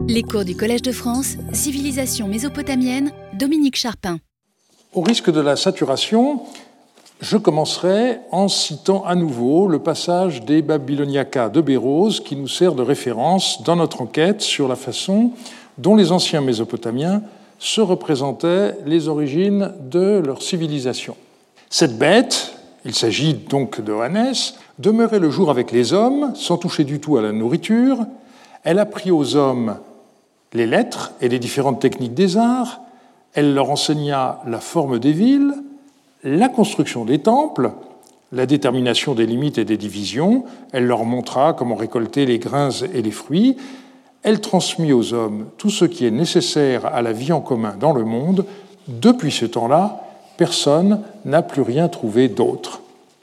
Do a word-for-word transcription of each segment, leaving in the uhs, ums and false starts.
Les cours du Collège de France, Civilisation mésopotamienne, Dominique Charpin. Au risque de la saturation, je commencerai en citant à nouveau le passage des Babyloniacas de Bérose qui nous sert de référence dans notre enquête sur la façon dont les anciens Mésopotamiens se représentaient les origines de leur civilisation. Cette bête, il s'agit donc de Oannès, demeurait le jour avec les hommes, sans toucher du tout à la nourriture. Elle apprit aux hommes les lettres et les différentes techniques des arts. Elle leur enseigna la forme des villes, la construction des temples, la détermination des limites et des divisions. Elle leur montra comment récolter les grains et les fruits. Elle transmit aux hommes tout ce qui est nécessaire à la vie en commun dans le monde. Depuis ce temps-là, personne n'a plus rien trouvé d'autre.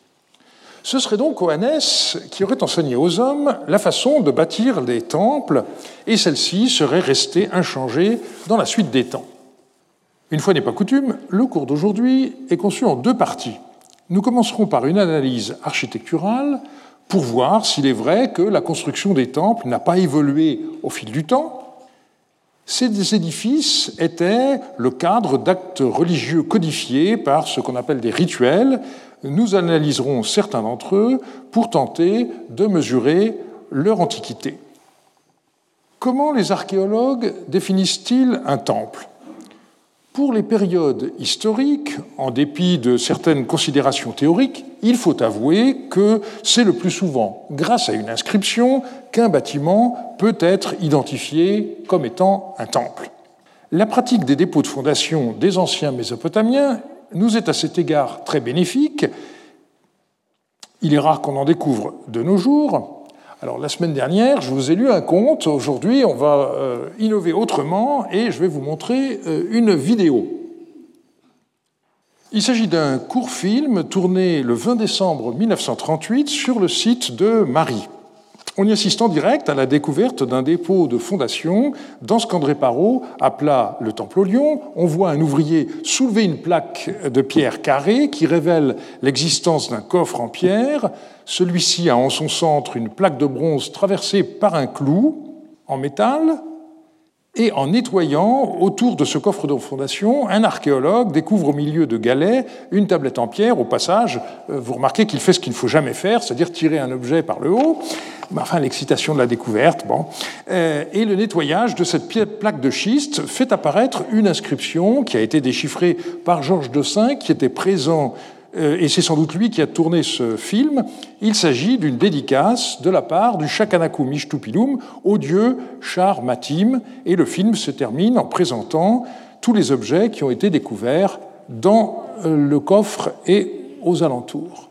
Ce serait donc Oannès qui aurait enseigné aux hommes la façon de bâtir des temples, et celle-ci serait restée inchangée dans la suite des temps. Une fois n'est pas coutume, le cours d'aujourd'hui est conçu en deux parties. Nous commencerons par une analyse architecturale pour voir s'il est vrai que la construction des temples n'a pas évolué au fil du temps. Ces édifices étaient le cadre d'actes religieux codifiés par ce qu'on appelle des rituels. Nous analyserons certains d'entre eux pour tenter de mesurer leur antiquité. Comment les archéologues définissent-ils un temple ? Pour les périodes historiques, en dépit de certaines considérations théoriques, il faut avouer que c'est le plus souvent grâce à une inscription qu'un bâtiment peut être identifié comme étant un temple. La pratique des dépôts de fondation des anciens Mésopotamiens nous est à cet égard très bénéfique. Il est rare qu'on en découvre de nos jours. Alors, la semaine dernière, je vous ai lu un conte. Aujourd'hui, on va euh, innover autrement et je vais vous montrer euh, une vidéo. Il s'agit d'un court film tourné le vingt décembre mille neuf cent trente-huit sur le site de Mari. On y assiste en direct à la découverte d'un dépôt de fondation dans ce qu'André Parrot appela le Temple au Lion. On voit un ouvrier soulever une plaque de pierre carrée qui révèle l'existence d'un coffre en pierre. Celui-ci a en son centre une plaque de bronze traversée par un clou en métal. Et en nettoyant autour de ce coffre de fondation, un archéologue découvre au milieu de galets une tablette en pierre. Au passage, vous remarquez qu'il fait ce qu'il ne faut jamais faire, c'est-à-dire tirer un objet par le haut. Enfin, l'excitation de la découverte. Bon. Et le nettoyage de cette plaque de schiste fait apparaître une inscription qui a été déchiffrée par Georges Dossin, qui était présent, et c'est sans doute lui qui a tourné ce film. Il s'agit d'une dédicace de la part du Shakanaku Mishtupilum au dieu Shar Matim, et le film se termine en présentant tous les objets qui ont été découverts dans le coffre et aux alentours.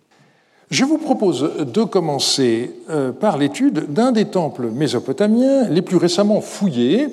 Je vous propose de commencer par l'étude d'un des temples mésopotamiens les plus récemment fouillés.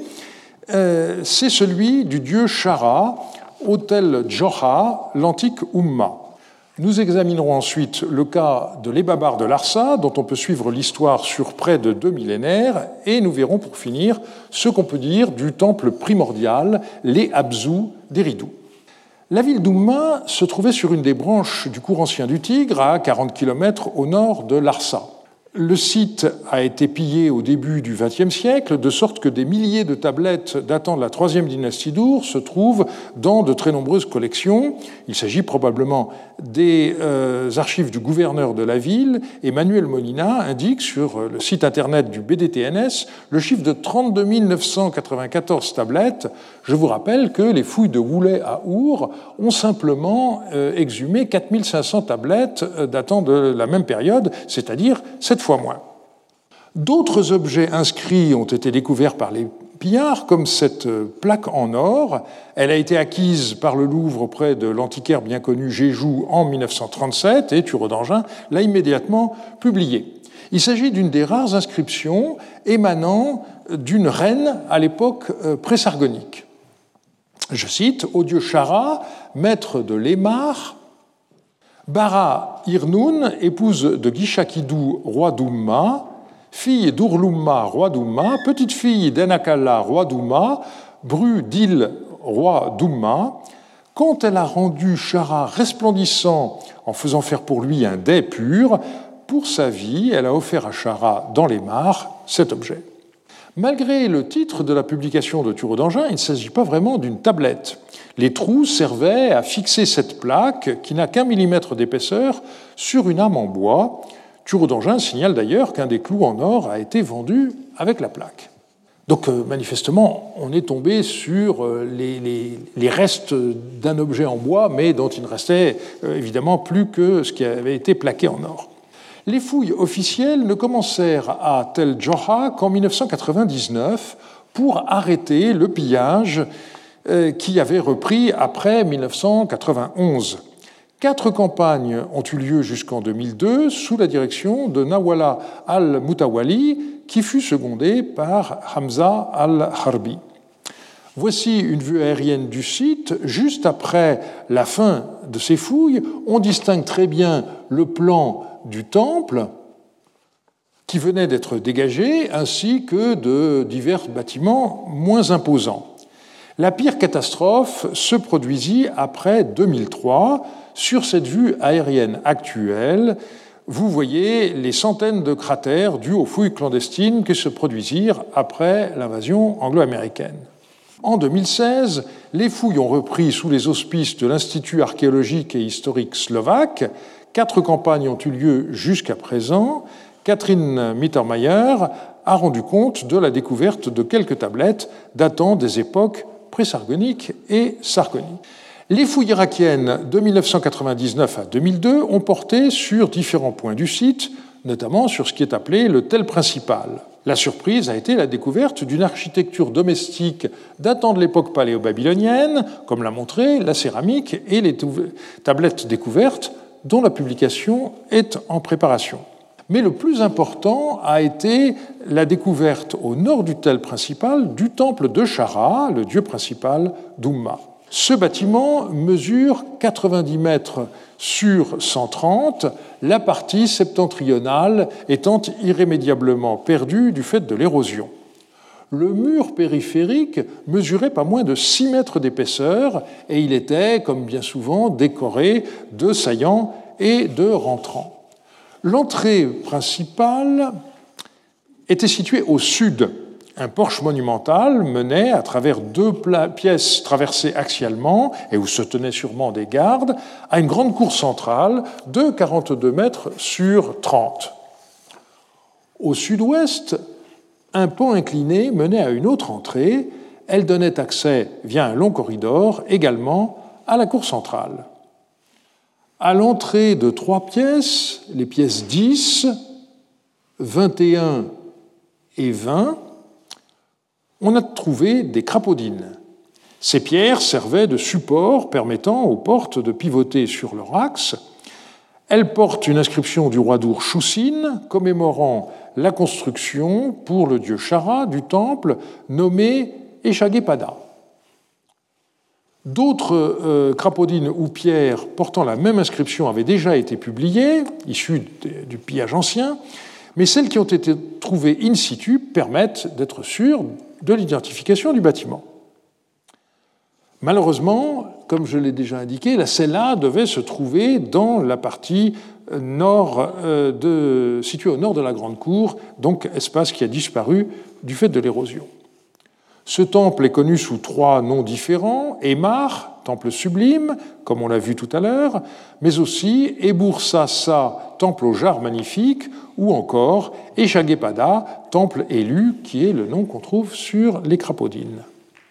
C'est celui du dieu Shara, au tel Djoha, l'antique Umma. Nous examinerons ensuite le cas de l'Ebabar de Larsa, dont on peut suivre l'histoire sur près de deux millénaires, et nous verrons pour finir ce qu'on peut dire du temple primordial, les Abzous d'Eridu. La ville d'Umma se trouvait sur une des branches du cours ancien du Tigre, à quarante kilomètres au nord de Larsa. Le site a été pillé au début du vingtième siècle, de sorte que des milliers de tablettes datant de la troisième dynastie d'Ur se trouvent dans de très nombreuses collections. Il s'agit probablement des euh, archives du gouverneur de la ville. Emmanuel Molina indique sur le site internet du B D T N S le chiffre de trente-deux mille neuf cent quatre-vingt-quatorze tablettes. Je vous rappelle que les fouilles de Woulley à Our ont simplement euh, exhumé quatre mille cinq cents tablettes euh, datant de la même période, c'est-à-dire sept fois moins. D'autres objets inscrits ont été découverts par les pillards, comme cette plaque en or. Elle a été acquise par le Louvre auprès de l'antiquaire bien connu Jéjou en mille neuf cent trente-sept, et Thureau d'Angin l'a immédiatement publiée. Il s'agit d'une des rares inscriptions émanant d'une reine à l'époque pré-sargonique. Je cite, « Au dieu Shara, maître de l'Émar, Bara Irnoun, épouse de Gishakidou, roi d'Umma, fille d'Urlumma, roi d'Umma, petite fille d'Enakalla, roi d'Umma, bru d'Il, roi d'Umma, quand elle a rendu Shara resplendissant en faisant faire pour lui un dais pur, pour sa vie, elle a offert à Shara dans les mares cet objet. » Malgré le titre de la publication de Thureau d'Angin, il ne s'agit pas vraiment d'une tablette. Les trous servaient à fixer cette plaque, qui n'a qu'un millimètre d'épaisseur, sur une arme en bois. Thureau d'Angin signale d'ailleurs qu'un des clous en or a été vendu avec la plaque. Donc manifestement, on est tombé sur les, les, les restes d'un objet en bois, mais dont il ne restait évidemment plus que ce qui avait été plaqué en or. Les fouilles officielles ne commencèrent à Tel Djoha qu'en mille neuf cent quatre-vingt-dix-neuf pour arrêter le pillage qui avait repris après mille neuf cent quatre-vingt-onze. Quatre campagnes ont eu lieu jusqu'en deux mille deux sous la direction de Nawala al-Moutawali, qui fut secondé par Hamza al-Harbi. Voici une vue aérienne du site. Juste après la fin de ces fouilles, on distingue très bien le plan du temple qui venait d'être dégagé, ainsi que de divers bâtiments moins imposants. La pire catastrophe se produisit après deux mille trois. Sur cette vue aérienne actuelle, vous voyez les centaines de cratères dus aux fouilles clandestines qui se produisirent après l'invasion anglo-américaine. En deux mille seize, les fouilles ont repris sous les auspices de l'Institut archéologique et historique slovaque. Quatre campagnes ont eu lieu jusqu'à présent. Catherine Mittermeier a rendu compte de la découverte de quelques tablettes datant des époques pré-sargoniques et sargoniques. Les fouilles irakiennes de mille neuf cent quatre-vingt-dix-neuf à deux mille deux ont porté sur différents points du site, notamment sur ce qui est appelé le tel principal. La surprise a été la découverte d'une architecture domestique datant de l'époque paléo-babylonienne, comme l'a montré la céramique et les tablettes découvertes, dont la publication est en préparation. Mais le plus important a été la découverte au nord du tel principal du temple de Chara, le dieu principal d'Umma. Ce bâtiment mesure quatre-vingt-dix mètres sur cent trente, la partie septentrionale étant irrémédiablement perdue du fait de l'érosion. Le mur périphérique mesurait pas moins de six mètres d'épaisseur et il était, comme bien souvent, décoré de saillants et de rentrants. L'entrée principale était située au sud. Un porche monumental menait à travers deux pièces traversées axialement et où se tenaient sûrement des gardes à une grande cour centrale de quarante-deux mètres sur trente. Au sud-ouest, un pan incliné menait à une autre entrée. Elle donnait accès via un long corridor également à la cour centrale. À l'entrée de trois pièces, les pièces dix, vingt et un et vingt, on a trouvé des crapaudines. Ces pierres servaient de support permettant aux portes de pivoter sur leur axe. Elles portent une inscription du roi d'Ur Shushin commémorant la construction pour le dieu Chara du temple nommé Eshagepada. D'autres euh, crapaudines ou pierres portant la même inscription avaient déjà été publiées, issues du pillage ancien, mais celles qui ont été trouvées in situ permettent d'être sûrs de l'identification du bâtiment. Malheureusement, comme je l'ai déjà indiqué, la cella devait se trouver dans la partie nord euh, de, située au nord de la grande cour, donc espace qui a disparu du fait de l'érosion. Ce temple est connu sous trois noms différents: Emar, temple sublime, comme on l'a vu tout à l'heure, mais aussi Ebur-Sa-Sa, temple aux jarres magnifiques, ou encore Eshagepada, temple élu, qui est le nom qu'on trouve sur les crapaudines.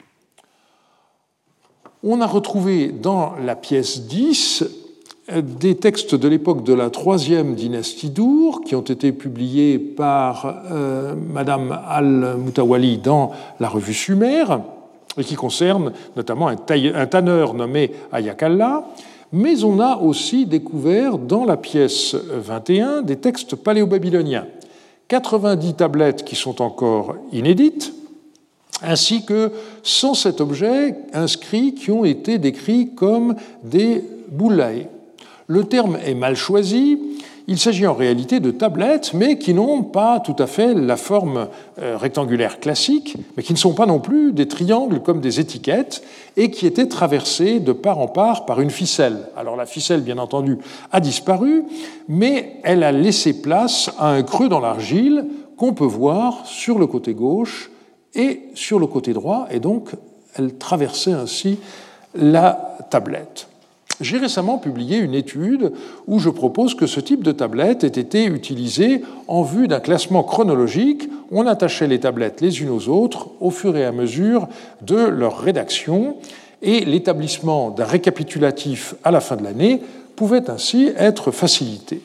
On a retrouvé dans la pièce dix des textes de l'époque de la troisième dynastie d'Ur qui ont été publiés par euh, Madame al-Moutawali dans la revue Sumer et qui concernent notamment un, taille, un tanneur nommé Ayakallah, mais on a aussi découvert dans la pièce vingt et un des textes paléo-babyloniens, quatre-vingt-dix tablettes qui sont encore inédites, ainsi que cent sept objets inscrits qui ont été décrits comme des boulaïs. Le terme est mal choisi. Il s'agit en réalité de tablettes, mais qui n'ont pas tout à fait la forme rectangulaire classique, mais qui ne sont pas non plus des triangles comme des étiquettes, et qui étaient traversées de part en part par une ficelle. Alors la ficelle, bien entendu, a disparu, mais elle a laissé place à un creux dans l'argile qu'on peut voir sur le côté gauche et sur le côté droit, et donc elle traversait ainsi la tablette. J'ai récemment publié une étude où je propose que ce type de tablette ait été utilisé en vue d'un classement chronologique. On attachait les tablettes les unes aux autres au fur et à mesure de leur rédaction, et l'établissement d'un récapitulatif à la fin de l'année pouvait ainsi être facilité.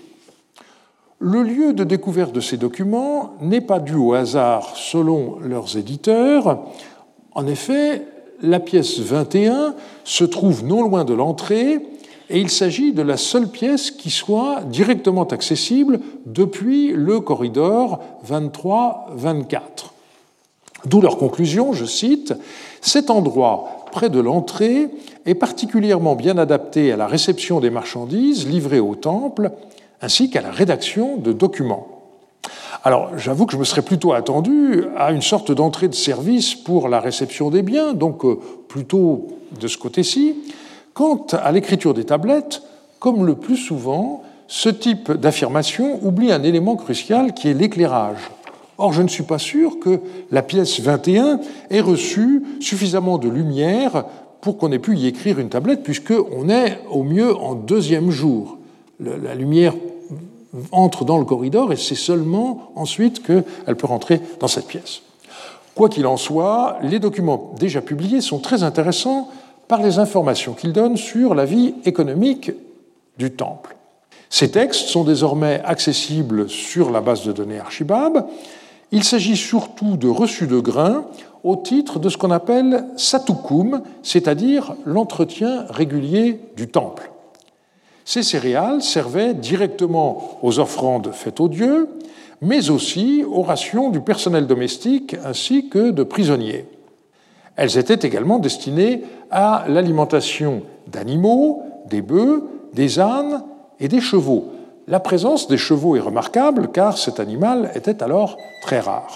Le lieu de découverte de ces documents n'est pas dû au hasard selon leurs éditeurs. En effet, la pièce vingt et un se trouve non loin de l'entrée et il s'agit de la seule pièce qui soit directement accessible depuis le corridor vingt-trois vingt-quatre. D'où leur conclusion, je cite, « Cet endroit près de l'entrée est particulièrement bien adapté à la réception des marchandises livrées au temple ainsi qu'à la rédaction de documents. » Alors, j'avoue que je me serais plutôt attendu à une sorte d'entrée de service pour la réception des biens, donc plutôt de ce côté-ci. Quant à l'écriture des tablettes, comme le plus souvent, ce type d'affirmation oublie un élément crucial qui est l'éclairage. Or, je ne suis pas sûr que la pièce vingt et un ait reçu suffisamment de lumière pour qu'on ait pu y écrire une tablette, puisqu'on est au mieux en deuxième jour. La lumière entre dans le corridor et c'est seulement ensuite qu'elle peut rentrer dans cette pièce. Quoi qu'il en soit, les documents déjà publiés sont très intéressants par les informations qu'ils donnent sur la vie économique du temple. Ces textes sont désormais accessibles sur la base de données Archibab. Il s'agit surtout de reçus de grains au titre de ce qu'on appelle satukum, c'est-à-dire l'entretien régulier du temple. Ces céréales servaient directement aux offrandes faites aux dieux, mais aussi aux rations du personnel domestique ainsi que de prisonniers. Elles étaient également destinées à l'alimentation d'animaux, des bœufs, des ânes et des chevaux. La présence des chevaux est remarquable car cet animal était alors très rare.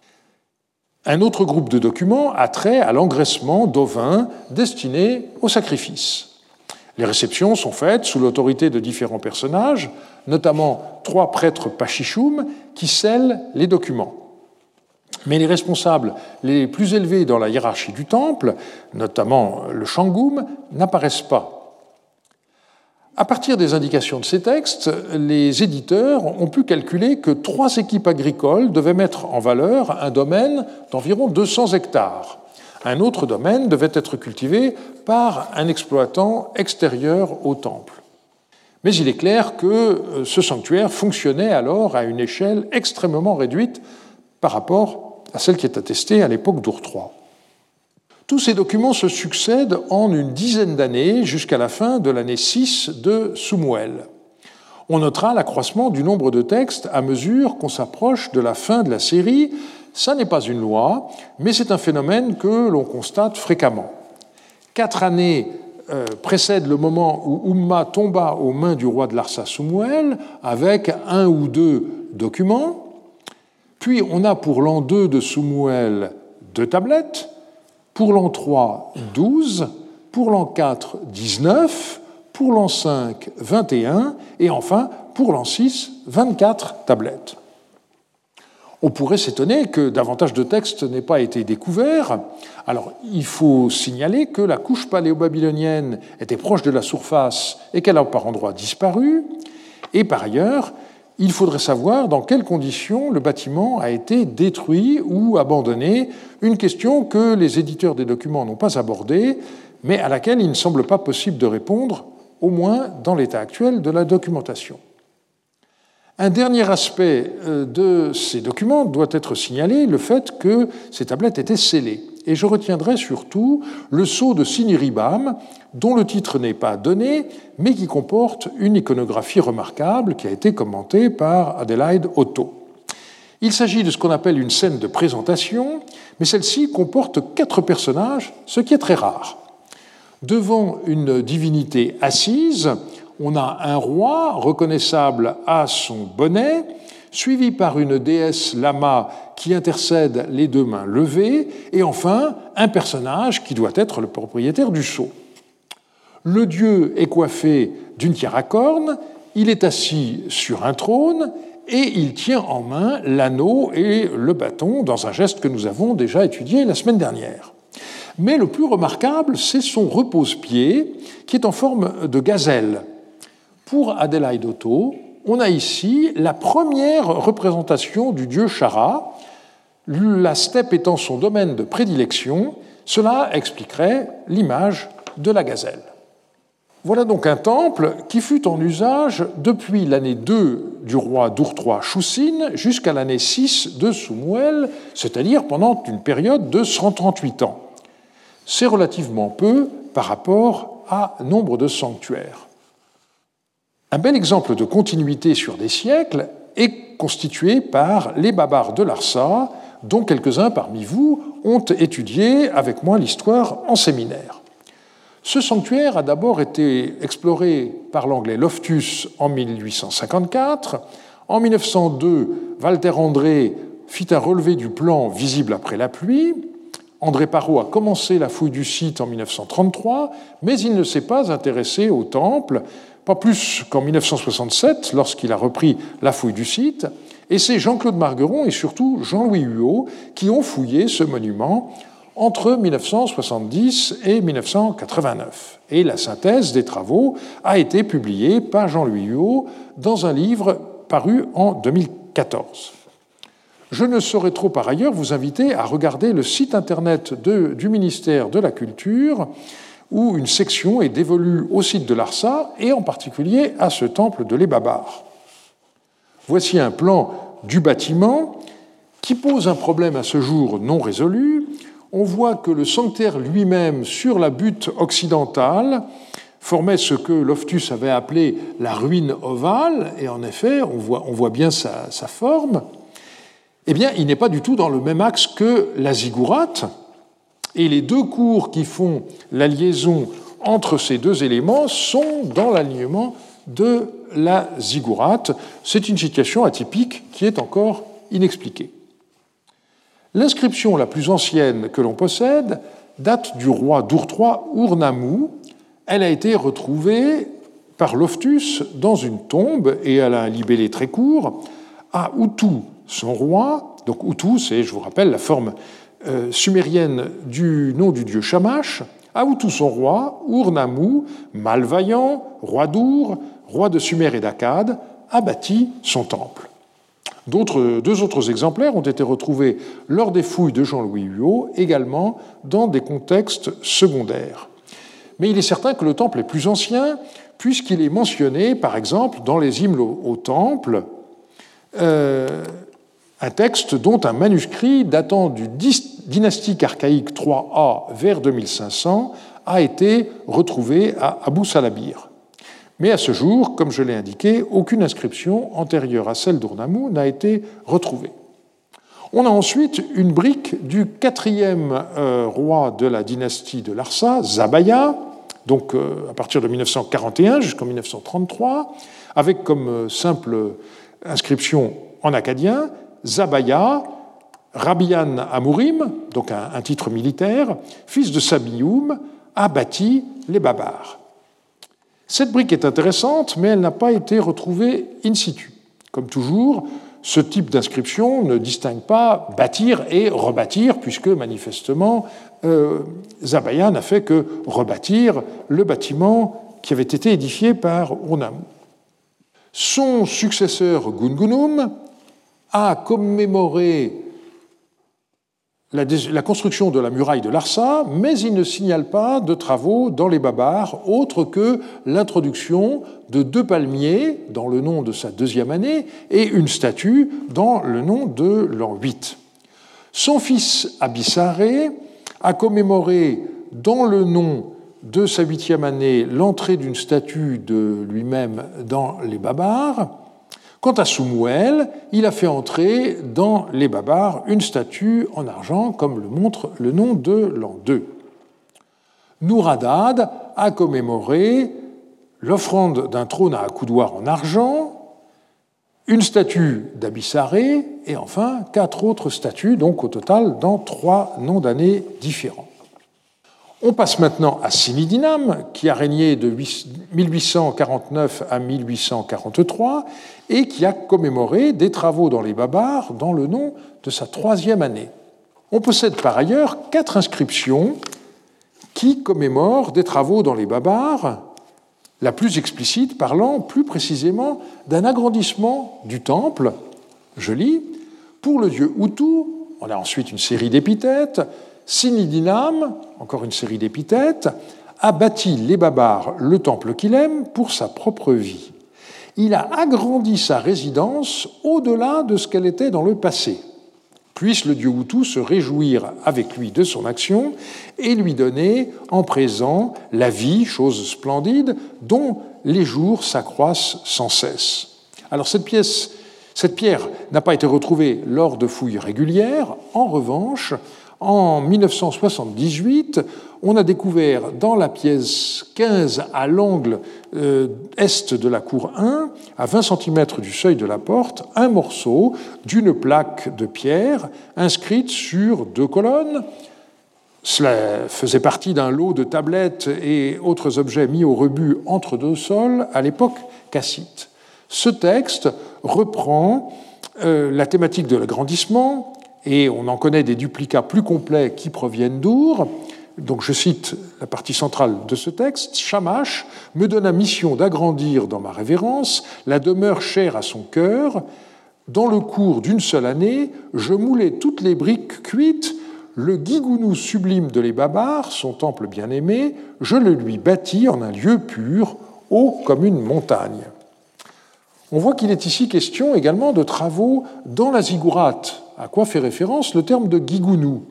Un autre groupe de documents a trait à l'engraissement d'ovins destinés au sacrifice. Les réceptions sont faites sous l'autorité de différents personnages, notamment trois prêtres pachichoum qui scellent les documents. Mais les responsables les plus élevés dans la hiérarchie du temple, notamment le shangoum, n'apparaissent pas. À partir des indications de ces textes, les éditeurs ont pu calculer que trois équipes agricoles devaient mettre en valeur un domaine d'environ deux cents hectares. Un autre domaine devait être cultivé par un exploitant extérieur au temple. Mais il est clair que ce sanctuaire fonctionnait alors à une échelle extrêmement réduite par rapport à celle qui est attestée à l'époque d'Ur trois. Tous ces documents se succèdent en une dizaine d'années jusqu'à la fin de l'année six de Sumuel. On notera l'accroissement du nombre de textes à mesure qu'on s'approche de la fin de la série. Ça n'est pas une loi, mais c'est un phénomène que l'on constate fréquemment. Quatre années euh, précèdent le moment où Umma tomba aux mains du roi de Larsa Sumuel avec un ou deux documents. Puis on a pour l'an deux de Sumuel deux tablettes, pour l'an trois, douze, pour l'an quatre, dix-neuf, pour l'an cinq, vingt et un, et enfin, pour l'an six, vingt-quatre tablettes. On pourrait s'étonner que davantage de textes n'aient pas été découverts. Alors, il faut signaler que la couche paléo-babylonienne était proche de la surface et qu'elle a par endroits disparu. Et par ailleurs, il faudrait savoir dans quelles conditions le bâtiment a été détruit ou abandonné, une question que les éditeurs des documents n'ont pas abordée, mais à laquelle il ne semble pas possible de répondre, au moins dans l'état actuel de la documentation. Un dernier aspect de ces documents doit être signalé, le fait que ces tablettes étaient scellées. Et je retiendrai surtout le sceau de Siniribam, dont le titre n'est pas donné, mais qui comporte une iconographie remarquable qui a été commentée par Adelaide Otto. Il s'agit de ce qu'on appelle une scène de présentation, mais celle-ci comporte quatre personnages, ce qui est très rare. Devant une divinité assise, on a un roi reconnaissable à son bonnet, suivi par une déesse lama qui intercède les deux mains levées, et enfin un personnage qui doit être le propriétaire du sceau. Le dieu est coiffé d'une tiare à cornes, il est assis sur un trône, et il tient en main l'anneau et le bâton dans un geste que nous avons déjà étudié la semaine dernière. Mais le plus remarquable, c'est son repose-pied, qui est en forme de gazelle. Pour Adélaïde Otto, on a ici la première représentation du dieu Shara, la steppe étant son domaine de prédilection. Cela expliquerait l'image de la gazelle. Voilà donc un temple qui fut en usage depuis l'année deux du roi d'Ur-trois Chussin jusqu'à l'année six de Sumuel, c'est-à-dire pendant une période de cent trente-huit ans. C'est relativement peu par rapport à nombre de sanctuaires. Un bel exemple de continuité sur des siècles est constitué par les Babars de Larsa, dont quelques-uns parmi vous ont étudié avec moi l'histoire en séminaire. Ce sanctuaire a d'abord été exploré par l'anglais Loftus en mille huit cent cinquante-quatre. En mille neuf cent deux, Walter André fit un relevé du plan visible après la pluie. André Parrot a commencé la fouille du site en mille neuf cent trente-trois, mais il ne s'est pas intéressé au temple, pas plus qu'en mille neuf cent soixante-sept, lorsqu'il a repris la fouille du site. Et c'est Jean-Claude Margueron et surtout Jean-Louis Huot qui ont fouillé ce monument entre mille neuf cent soixante-dix et mille neuf cent quatre-vingt-neuf. Et la synthèse des travaux a été publiée par Jean-Louis Huot dans un livre paru en deux mille quatorze. Je ne saurais trop par ailleurs vous inviter à regarder le site internet de, du ministère de la Culture, où une section est dévolue au site de Larsa et en particulier à ce temple de les Babars. Voici un plan du bâtiment qui pose un problème à ce jour non résolu. On voit que le sanctuaire lui-même, sur la butte occidentale, formait ce que Loftus avait appelé la ruine ovale, et en effet, on voit, on voit bien sa, sa forme. Eh bien, il n'est pas du tout dans le même axe que la ziggourate, et les deux cours qui font la liaison entre ces deux éléments sont dans l'alignement de la ziggourate. C'est une situation atypique qui est encore inexpliquée. L'inscription la plus ancienne que l'on possède date du roi d'Ur-trois, Urnammu. Elle a été retrouvée par Loftus dans une tombe, et elle a un libellé très court, à Utu, son roi. Donc Utu, c'est, je vous rappelle, la forme euh, sumérienne du nom du dieu Shamash. À Utu, son roi, Urnammu, malvaillant, roi d'Ur, roi de Sumer et d'Akkad, a bâti son temple. D'autres, deux autres exemplaires ont été retrouvés lors des fouilles de Jean-Louis Huot, également dans des contextes secondaires. Mais il est certain que le temple est plus ancien, puisqu'il est mentionné, par exemple, dans les hymnes au, au temple, euh, un texte dont un manuscrit datant du dynastique archaïque trois A vers deux mille cinq cents a été retrouvé à Abou Salabir. Mais à ce jour, comme je l'ai indiqué, aucune inscription antérieure à celle d'Urnammu n'a été retrouvée. On a ensuite une brique du quatrième euh, roi de la dynastie de Larsa, Zabaya, donc euh, à partir de mille neuf cent quarante et un jusqu'en mille neuf cent trente-trois, avec comme euh, simple inscription en akkadien, Zabaya, Rabian Amurim, donc un, un titre militaire, fils de Sabioum, a bâti les Babars. Cette brique est intéressante, mais elle n'a pas été retrouvée in situ. Comme toujours, ce type d'inscription ne distingue pas bâtir et rebâtir, puisque manifestement, euh, Zabaya n'a fait que rebâtir le bâtiment qui avait été édifié par Urnammu. Son successeur Gungunum a commémoré La, la construction de la muraille de Larsa, mais il ne signale pas de travaux dans les Babars, autre que l'introduction de deux palmiers dans le nom de sa deuxième année et une statue dans le nom de l'an huit. Son fils Abissaré a commémoré dans le nom de sa huitième année l'entrée d'une statue de lui-même dans les Babars. Quant à Sumuel, il a fait entrer dans les Babars une statue en argent, comme le montre le nom de l'an deux. Nouradad a commémoré l'offrande d'un trône à accoudoir en argent, une statue d'Abissaré et enfin quatre autres statues, donc au total dans trois noms d'années différents. On passe maintenant à Sinidinam, qui a régné de mille huit cent quarante-neuf à mille huit cent quarante-trois et qui a commémoré des travaux dans les Babars dans le nom de sa troisième année. On possède par ailleurs quatre inscriptions qui commémorent des travaux dans les Babars, la plus explicite parlant plus précisément d'un agrandissement du temple. Je lis, pour le dieu Hutu, on a ensuite une série d'épithètes, Sinidinam, encore une série d'épithètes, a bâti les Babars le temple qu'il aime pour sa propre vie. Il a agrandi sa résidence au-delà de ce qu'elle était dans le passé. Puisse le dieu Hutu se réjouir avec lui de son action et lui donner en présent la vie, chose splendide, dont les jours s'accroissent sans cesse. Alors cette pièce, cette pierre n'a pas été retrouvée lors de fouilles régulières. En revanche, en mille neuf cent soixante-dix-huit, on a découvert dans la pièce quinze à l'angle euh, est de la cour un, à vingt centimètres du seuil de la porte, un morceau d'une plaque de pierre inscrite sur deux colonnes. Cela faisait partie d'un lot de tablettes et autres objets mis au rebut entre deux sols à l'époque cassite. Ce texte reprend euh, la thématique de l'agrandissement, et on en connaît des duplicats plus complets qui proviennent d'Our. Donc je cite la partie centrale de ce texte. « Shamash me donna mission d'agrandir dans ma révérence la demeure chère à son cœur. Dans le cours d'une seule année, je moulai toutes les briques cuites. Le Guigounou sublime de les Babars, son temple bien-aimé, je le lui bâtis en un lieu pur, haut comme une montagne. » On voit qu'il est ici question également de travaux dans la ziggourate, à quoi fait référence le terme de Guigounou.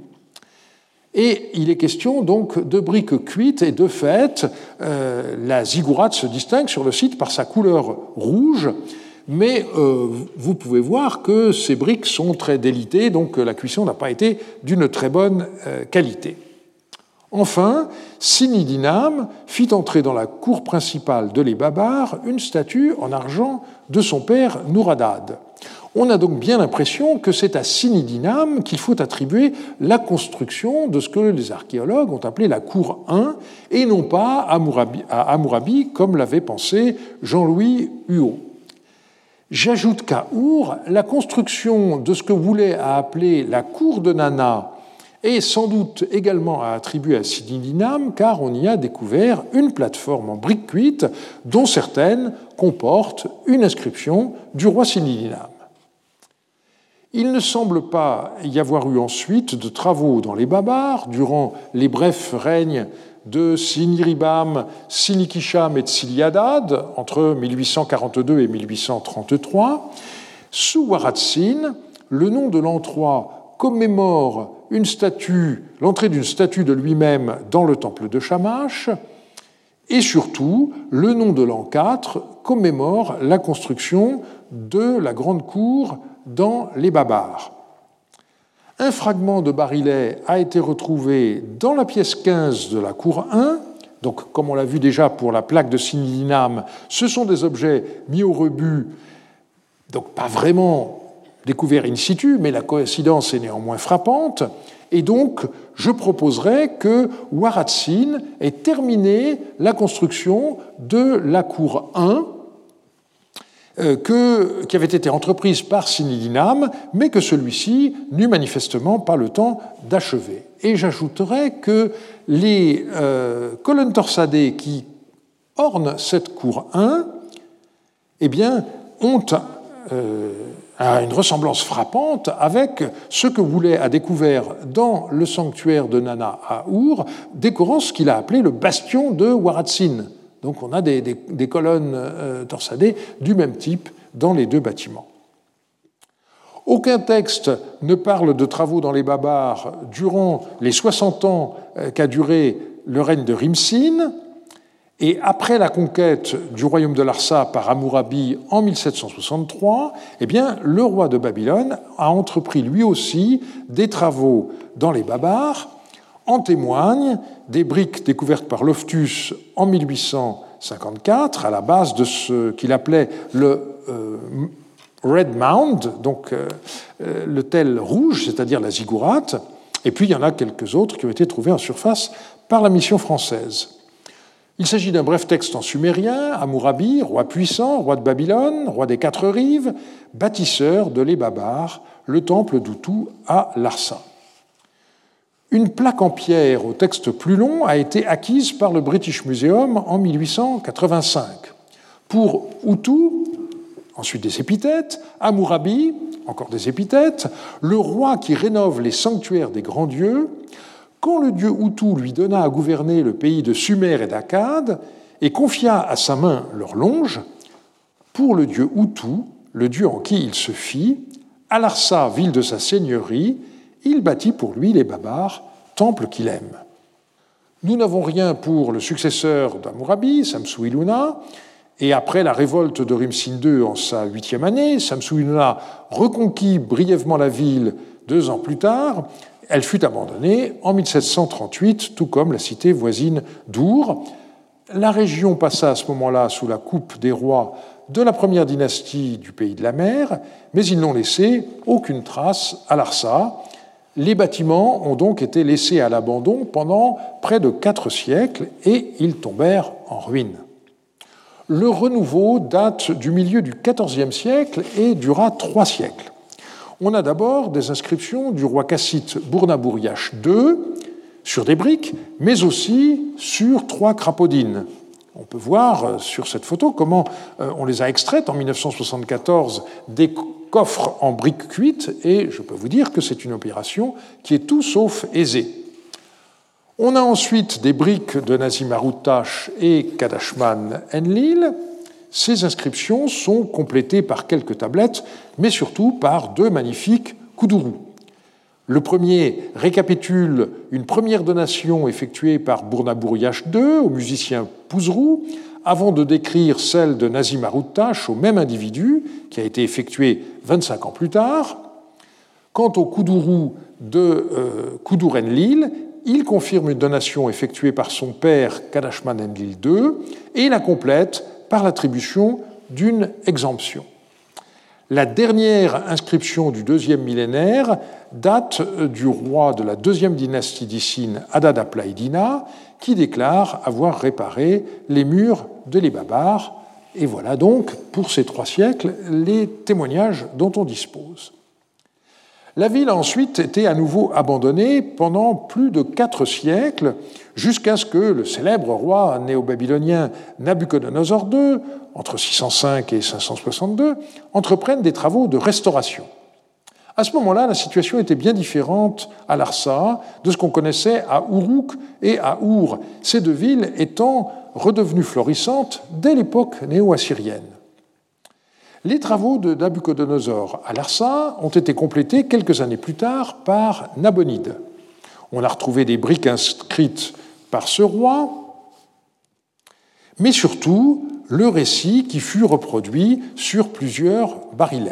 Et il est question donc de briques cuites, et de fait, euh, la ziggourate se distingue sur le site par sa couleur rouge, mais euh, vous pouvez voir que ces briques sont très délitées, donc la cuisson n'a pas été d'une très bonne euh, qualité. Enfin, Sinidinam fit entrer dans la cour principale de les Babars une statue en argent de son père Nouradad. On a donc bien l'impression que c'est à Sinidinam qu'il faut attribuer la construction de ce que les archéologues ont appelé la cour un, et non pas à Hammurabi, à Hammurabi comme l'avait pensé Jean-Louis Huot. J'ajoute qu'à Our, la construction de ce que Boulet a appelé la cour de Nana est sans doute également à attribuer à Sinidinam, car on y a découvert une plateforme en briques cuites dont certaines comportent une inscription du roi Sinidinam. Il ne semble pas y avoir eu ensuite de travaux dans les Babars durant les brefs règnes de Siniribam, Sinikisham et Tsiliadad entre mille huit cent quarante-deux et mille huit cent trente-trois. Sous Waratsin, le nom de l'an trois commémore une statue, l'entrée d'une statue de lui-même dans le temple de Shamash, et surtout, le nom de l'an quatre commémore la construction de la grande cour dans les Babars. Un fragment de barillet a été retrouvé dans la pièce quinze de la cour un. Donc, comme on l'a vu déjà pour la plaque de Sinidinam, ce sont des objets mis au rebut, donc pas vraiment découverts in situ, mais la coïncidence est néanmoins frappante. Et donc, je proposerais que Waratsin ait terminé la construction de la cour un, Que, qui avait été entreprise par Sinidinam, mais que celui-ci n'eut manifestement pas le temps d'achever. Et j'ajouterais que les euh, colonnes torsadées qui ornent cette cour un, eh bien, ont euh, une ressemblance frappante avec ce que Boulet a découvert dans le sanctuaire de Nana à Our, décorant ce qu'il a appelé le bastion de Waratsin. Donc on a des, des, des colonnes euh, torsadées du même type dans les deux bâtiments. Aucun texte ne parle de travaux dans les Babars durant les soixante ans euh, qu'a duré le règne de Rimsin, et après la conquête du royaume de Larsa par Hammurabi en mille sept cent soixante-trois, eh bien, le roi de Babylone a entrepris lui aussi des travaux dans les Babars. En témoignent des briques découvertes par Loftus en mille huit cent cinquante-quatre à la base de ce qu'il appelait le euh, Red Mound, donc euh, l'autel rouge, c'est-à-dire la ziggourate. Et puis il y en a quelques autres qui ont été trouvés en surface par la mission française. Il s'agit d'un bref texte en sumérien, Hammurabi, roi puissant, roi de Babylone, roi des quatre rives, bâtisseur de l'Ebabar, le temple d'Utu à Larsa. Une plaque en pierre au texte plus long a été acquise par le British Museum en mille huit cent quatre-vingt-cinq. Pour Utu, ensuite des épithètes, Hammurabi, encore des épithètes, le roi qui rénove les sanctuaires des grands dieux, quand le dieu Utu lui donna à gouverner le pays de Sumer et d'Akkad et confia à sa main leur longe, pour le dieu Utu, le dieu en qui il se fit, à Larsa, ville de sa seigneurie, il bâtit pour lui les Babars, temple qu'il aime. Nous n'avons rien pour le successeur d'Hammurabi, Samsu-Iluna, et après la révolte de Rimsin deux en sa huitième année, Samsu-Iluna reconquit brièvement la ville deux ans plus tard. Elle fut abandonnée en mille sept cent trente-huit, tout comme la cité voisine d'Our. La région passa à ce moment-là sous la coupe des rois de la première dynastie du Pays de la Mer, mais ils n'ont laissé aucune trace à Larsa. Les bâtiments ont donc été laissés à l'abandon pendant près de quatre siècles et ils tombèrent en ruine. Le renouveau date du milieu du quatorzième siècle et dura trois siècles. On a d'abord des inscriptions du roi cassite Burnaburiash deux sur des briques, mais aussi sur trois crapaudines. On peut voir sur cette photo comment on les a extraites en mille neuf cent soixante-quatorze des coffres en briques cuites, et je peux vous dire que c'est une opération qui est tout sauf aisée. On a ensuite des briques de Nazim Arutash et Kadashman Enlil. Ces inscriptions sont complétées par quelques tablettes, mais surtout par deux magnifiques kudurus. Le premier récapitule une première donation effectuée par Burnaburiash deux au musicien Pouzrou, avant de décrire celle de Nazim Arutash au même individu, qui a été effectuée vingt-cinq ans plus tard. Quant au kuduru de euh, Kudur Enlil, il confirme une donation effectuée par son père Kadashman Enlil deux et la complète par l'attribution d'une exemption. La dernière inscription du deuxième millénaire date du roi de la deuxième dynastie d'Issine, Hadad Aplaïdina, qui déclare avoir réparé les murs de l'Ebabar. Et voilà donc, pour ces trois siècles, les témoignages dont on dispose. La ville a ensuite été à nouveau abandonnée pendant plus de quatre siècles, jusqu'à ce que le célèbre roi néo-babylonien Nabuchodonosor deux, entre six cent cinq et cinq cent soixante-deux, entreprenne des travaux de restauration. À ce moment-là, la situation était bien différente à Larsa de ce qu'on connaissait à Uruk et à Our, ces deux villes étant redevenues florissantes dès l'époque néo-assyrienne. Les travaux de Nabuchodonosor à Larsa ont été complétés quelques années plus tard par Nabonide. On a retrouvé des briques inscrites par ce roi, mais surtout le récit qui fut reproduit sur plusieurs barilets.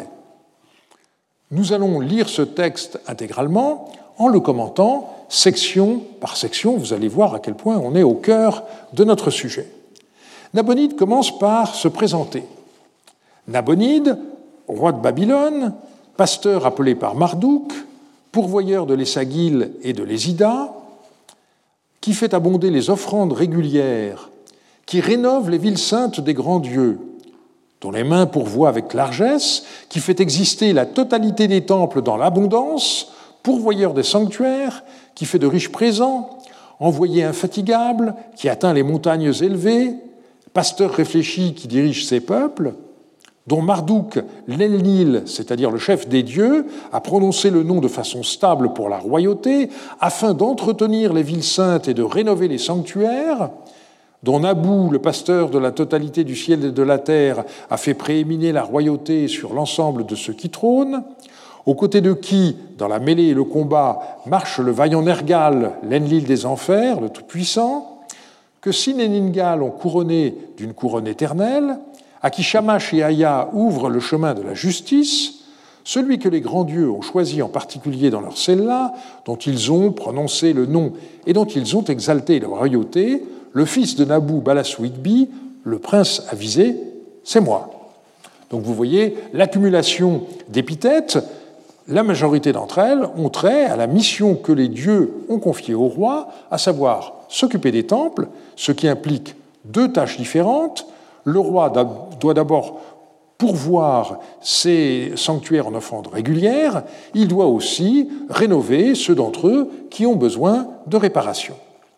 Nous allons lire ce texte intégralement en le commentant section par section. Vous allez voir à quel point on est au cœur de notre sujet. Nabonide commence par se présenter. Nabonide, roi de Babylone, pasteur appelé par Marduk, pourvoyeur de l'Essagil et de l'Ésida, qui fait abonder les offrandes régulières, qui rénove les villes saintes des grands dieux, dont les mains pourvoient avec largesse, qui fait exister la totalité des temples dans l'abondance, pourvoyeur des sanctuaires, qui fait de riches présents, envoyé infatigable, qui atteint les montagnes élevées, pasteur réfléchi qui dirige ses peuples, dont Marduk, l'Enlil, c'est-à-dire le chef des dieux, a prononcé le nom de façon stable pour la royauté, afin d'entretenir les villes saintes et de rénover les sanctuaires, dont Nabou, le pasteur de la totalité du ciel et de la terre, a fait prééminer la royauté sur l'ensemble de ceux qui trônent, aux côtés de qui, dans la mêlée et le combat, marche le vaillant Nergal, l'Enlil des enfers, le Tout-Puissant, que Sin et Ningal ont couronné d'une couronne éternelle, à qui Shamash et Aya ouvrent le chemin de la justice, celui que les grands dieux ont choisi en particulier dans leur cella, dont ils ont prononcé le nom et dont ils ont exalté la royauté, le fils de Nabou Balassu-Igbi, le prince avisé, c'est moi. Donc vous voyez l'accumulation d'épithètes La majorité d'entre elles ont trait à la mission que les dieux ont confiée au roi, à savoir s'occuper des temples, ce qui implique deux tâches différentes. Le roi doit d'abord pourvoir ses sanctuaires en offrandes régulières, il doit aussi rénover ceux d'entre eux qui ont besoin de réparation.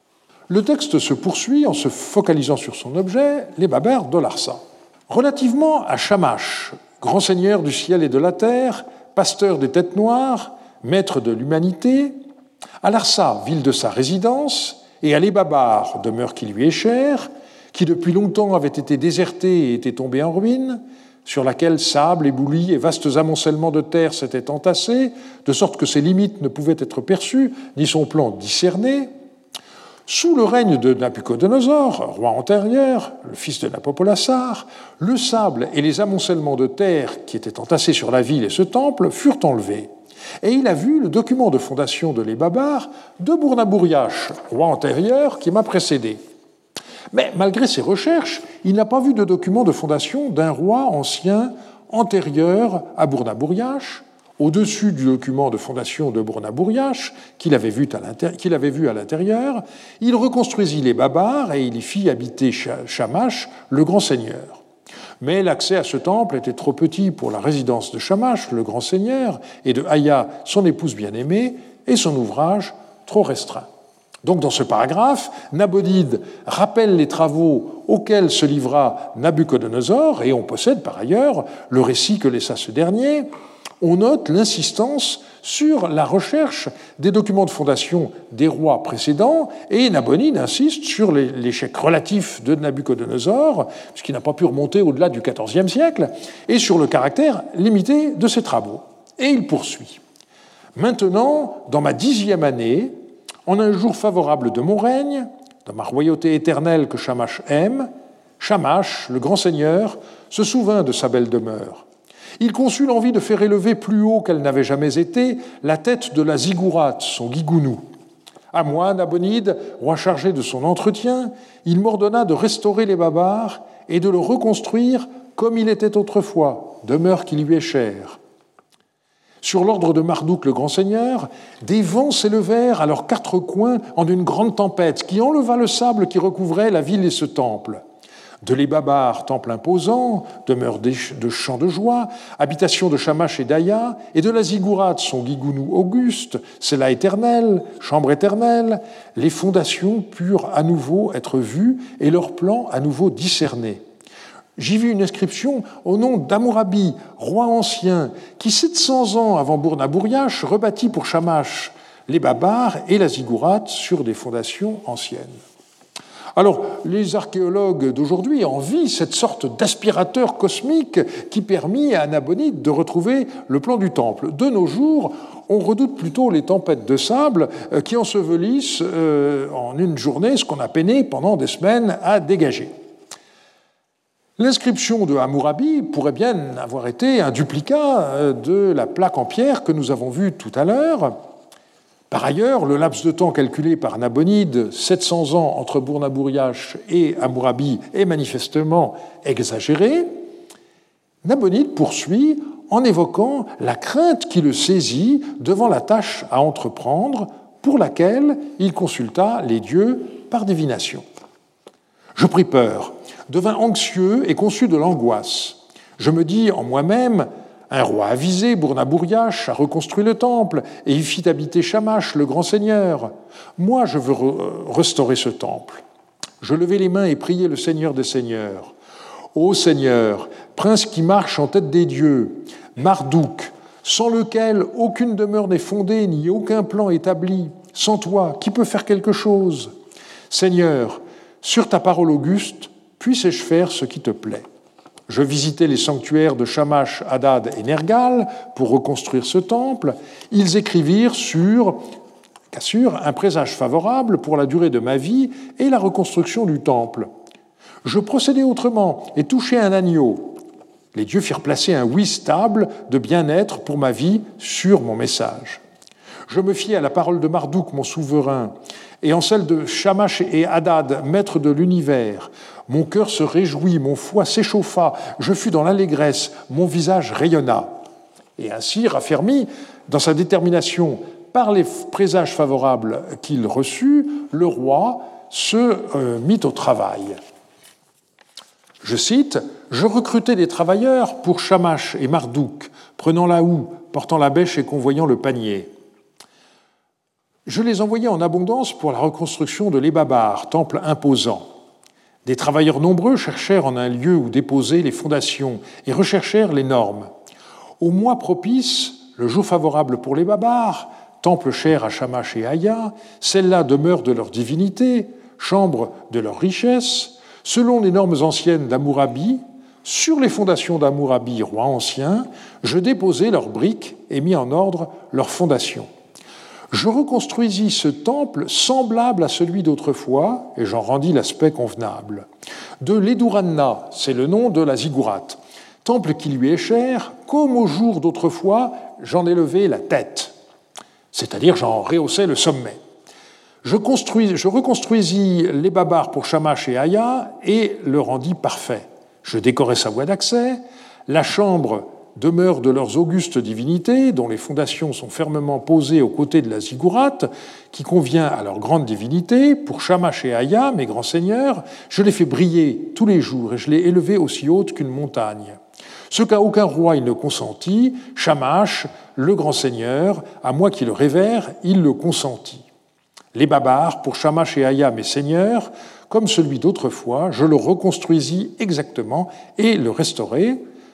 Le texte se poursuit en se focalisant sur son objet, les babères de Larsa. Relativement à Shamash, grand seigneur du ciel et de la terre, pasteur des têtes noires, maître de l'humanité, à Larsa, ville de sa résidence, et à l'Ébabar, demeure qui lui est chère, qui depuis longtemps avait été désertée et était tombée en ruine, sur laquelle sable, éboulis et vastes amoncellements de terre s'étaient entassés, de sorte que ses limites ne pouvaient être perçues, ni son plan discerné. Sous le règne de Nabuchodonosor, roi antérieur, le fils de Nabopolassar, le sable et les amoncellements de terre qui étaient entassés sur la ville et ce temple furent enlevés. Et il a vu le document de fondation de l'Ébabar de Bournabouriash, roi antérieur, qui m'a précédé. Mais malgré ses recherches, il n'a pas vu de document de fondation d'un roi ancien antérieur à Bournabouriash, au-dessus du document de fondation de Bournabouriash, qu'il avait vu à l'intérieur. Il reconstruisit les Babars et il y fit habiter Shamash, le grand seigneur. Mais l'accès à ce temple était trop petit pour la résidence de Shamash, le grand seigneur, et de Aya, son épouse bien-aimée, et son ouvrage trop restreint. Donc, dans ce paragraphe, Nabonide rappelle les travaux auxquels se livra Nabuchodonosor, et on possède par ailleurs le récit que laissa ce dernier. On note l'insistance sur la recherche des documents de fondation des rois précédents, et Nabonide insiste sur l'échec relatif de Nabuchodonosor, puisqu'il n'a pas pu remonter au-delà du quatorzième siècle, et sur le caractère limité de ses travaux. Et il poursuit. Maintenant, dans ma dixième année, en un jour favorable de mon règne, dans ma royauté éternelle que Shamash aime, Shamash, le grand seigneur, se souvint de sa belle demeure. Il conçut l'envie de faire élever plus haut qu'elle n'avait jamais été la tête de la ziggourate, son guigounou. À moi, Nabonide, roi chargé de son entretien, il m'ordonna de restaurer les Babars et de le reconstruire comme il était autrefois, demeure qui lui est chère. Sur l'ordre de Marduk, le grand seigneur, des vents s'élevèrent à leurs quatre coins en une grande tempête qui enleva le sable qui recouvrait la ville et ce temple. De l'Ébabar, temple imposant, demeure de chants de joie, habitation de Shamash et d'Aya, et de la ziggourate, son guigounou auguste, cella éternelle, chambre éternelle, les fondations purent à nouveau être vues et leurs plans à nouveau discernés. J'y vis une inscription au nom d'Hammurabi, roi ancien, qui sept cents ans avant Bournabouriash rebâtit pour Shamash les Babars et la ziggourate sur des fondations anciennes. Alors, les archéologues d'aujourd'hui envient cette sorte d'aspirateur cosmique qui permit à Nabonide de retrouver le plan du temple. De nos jours, on redoute plutôt les tempêtes de sable qui ensevelissent en une journée ce qu'on a peiné pendant des semaines à dégager. L'inscription de Hammurabi pourrait bien avoir été un duplicat de la plaque en pierre que nous avons vue tout à l'heure. Par ailleurs, le laps de temps calculé par Nabonide, sept cents ans entre Bournabouriash et Hammurabi, est manifestement exagéré. Nabonide poursuit en évoquant la crainte qui le saisit devant la tâche à entreprendre, pour laquelle il consulta les dieux par divination. Je pris peur, devins anxieux et conçus de l'angoisse. Je me dis en moi-même, un roi avisé, Bournabouriash, a reconstruit le temple et y fit habiter Shamash, le grand seigneur. Moi, je veux restaurer ce temple. Je levai les mains et priai le Seigneur des seigneurs. Ô Seigneur, prince qui marche en tête des dieux, Marduk, sans lequel aucune demeure n'est fondée ni aucun plan établi, sans toi, qui peut faire quelque chose? Seigneur, sur ta parole auguste, puisse-je faire ce qui te plaît? Je visitai les sanctuaires de Shamash, Hadad et Nergal pour reconstruire ce temple. Ils écrivirent sur, qu'assure, un présage favorable pour la durée de ma vie et la reconstruction du temple. Je procédai autrement et touchai un agneau. Les dieux firent placer un oui stable de bien-être pour ma vie sur mon message. Je me fiai à la parole de Marduk, mon souverain, et en celle de Shamash et Hadad, maîtres de l'univers. Mon cœur se réjouit, mon foie s'échauffa, je fus dans l'allégresse, mon visage rayonna. Et ainsi, raffermi, Dans sa détermination, par les présages favorables qu'il reçut, le roi se euh, mit au travail. Je cite, « Je recrutai des travailleurs pour Shamash et Marduk, prenant la houe, portant la bêche et convoyant le panier. Je les envoyai en abondance pour la reconstruction de l'Ebabar, temple imposant. Des travailleurs nombreux cherchèrent en un lieu où déposer les fondations et recherchèrent les normes. Au mois propice, le jour favorable pour l'Ebabar, temple cher à Shamash et Aya, celle-là demeure de leur divinité, chambre de leur richesse, selon les normes anciennes d'Hammurabi, sur les fondations d'Hammurabi, roi ancien, je déposai leurs briques et mis en ordre leurs fondations. Je reconstruisis ce temple semblable à celui d'autrefois, et j'en rendis l'aspect convenable. De l'Eduranna, c'est le nom de la ziggourate, temple qui lui est cher, comme au jour d'autrefois, j'en ai levé la tête, c'est-à-dire j'en rehaussais le sommet. Je, construis, je reconstruisis les babars pour Shamash et Aya et le rendis parfait. Je décorai sa voie d'accès, la chambre demeure de leurs augustes divinités, dont les fondations sont fermement posées aux côtés de la ziggourate, qui convient à leur grande divinité. Pour Shamash et Aya, mes grands seigneurs, je les fais briller tous les jours et je l'ai élevé aussi haute qu'une montagne. Ce qu'à aucun roi il ne consentit, Shamash, le grand seigneur, à moi qui le révère, il le consentit. Les babars, pour Shamash et Aya, mes seigneurs, comme celui d'autrefois, je le reconstruisis exactement et le restaurai.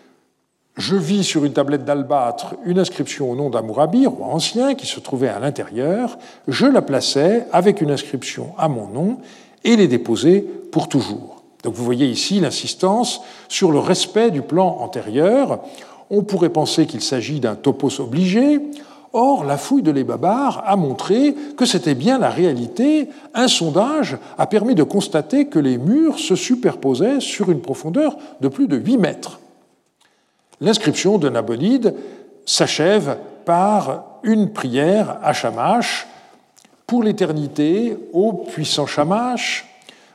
Je vis sur une tablette d'albâtre une inscription au nom d'Hammurabi, roi ancien, qui se trouvait à l'intérieur. Je la plaçai avec une inscription à mon nom et les déposai pour toujours. Donc vous voyez ici l'insistance sur le respect du plan antérieur. On pourrait penser qu'il s'agit d'un topos obligé. Or, la fouille de l'Ebabar a montré que c'était bien la réalité. Un sondage a permis de constater que les murs se superposaient sur une profondeur de plus de huit mètres. L'inscription de Nabonide s'achève par une prière à Shamash. Pour l'éternité, ô puissant Shamash,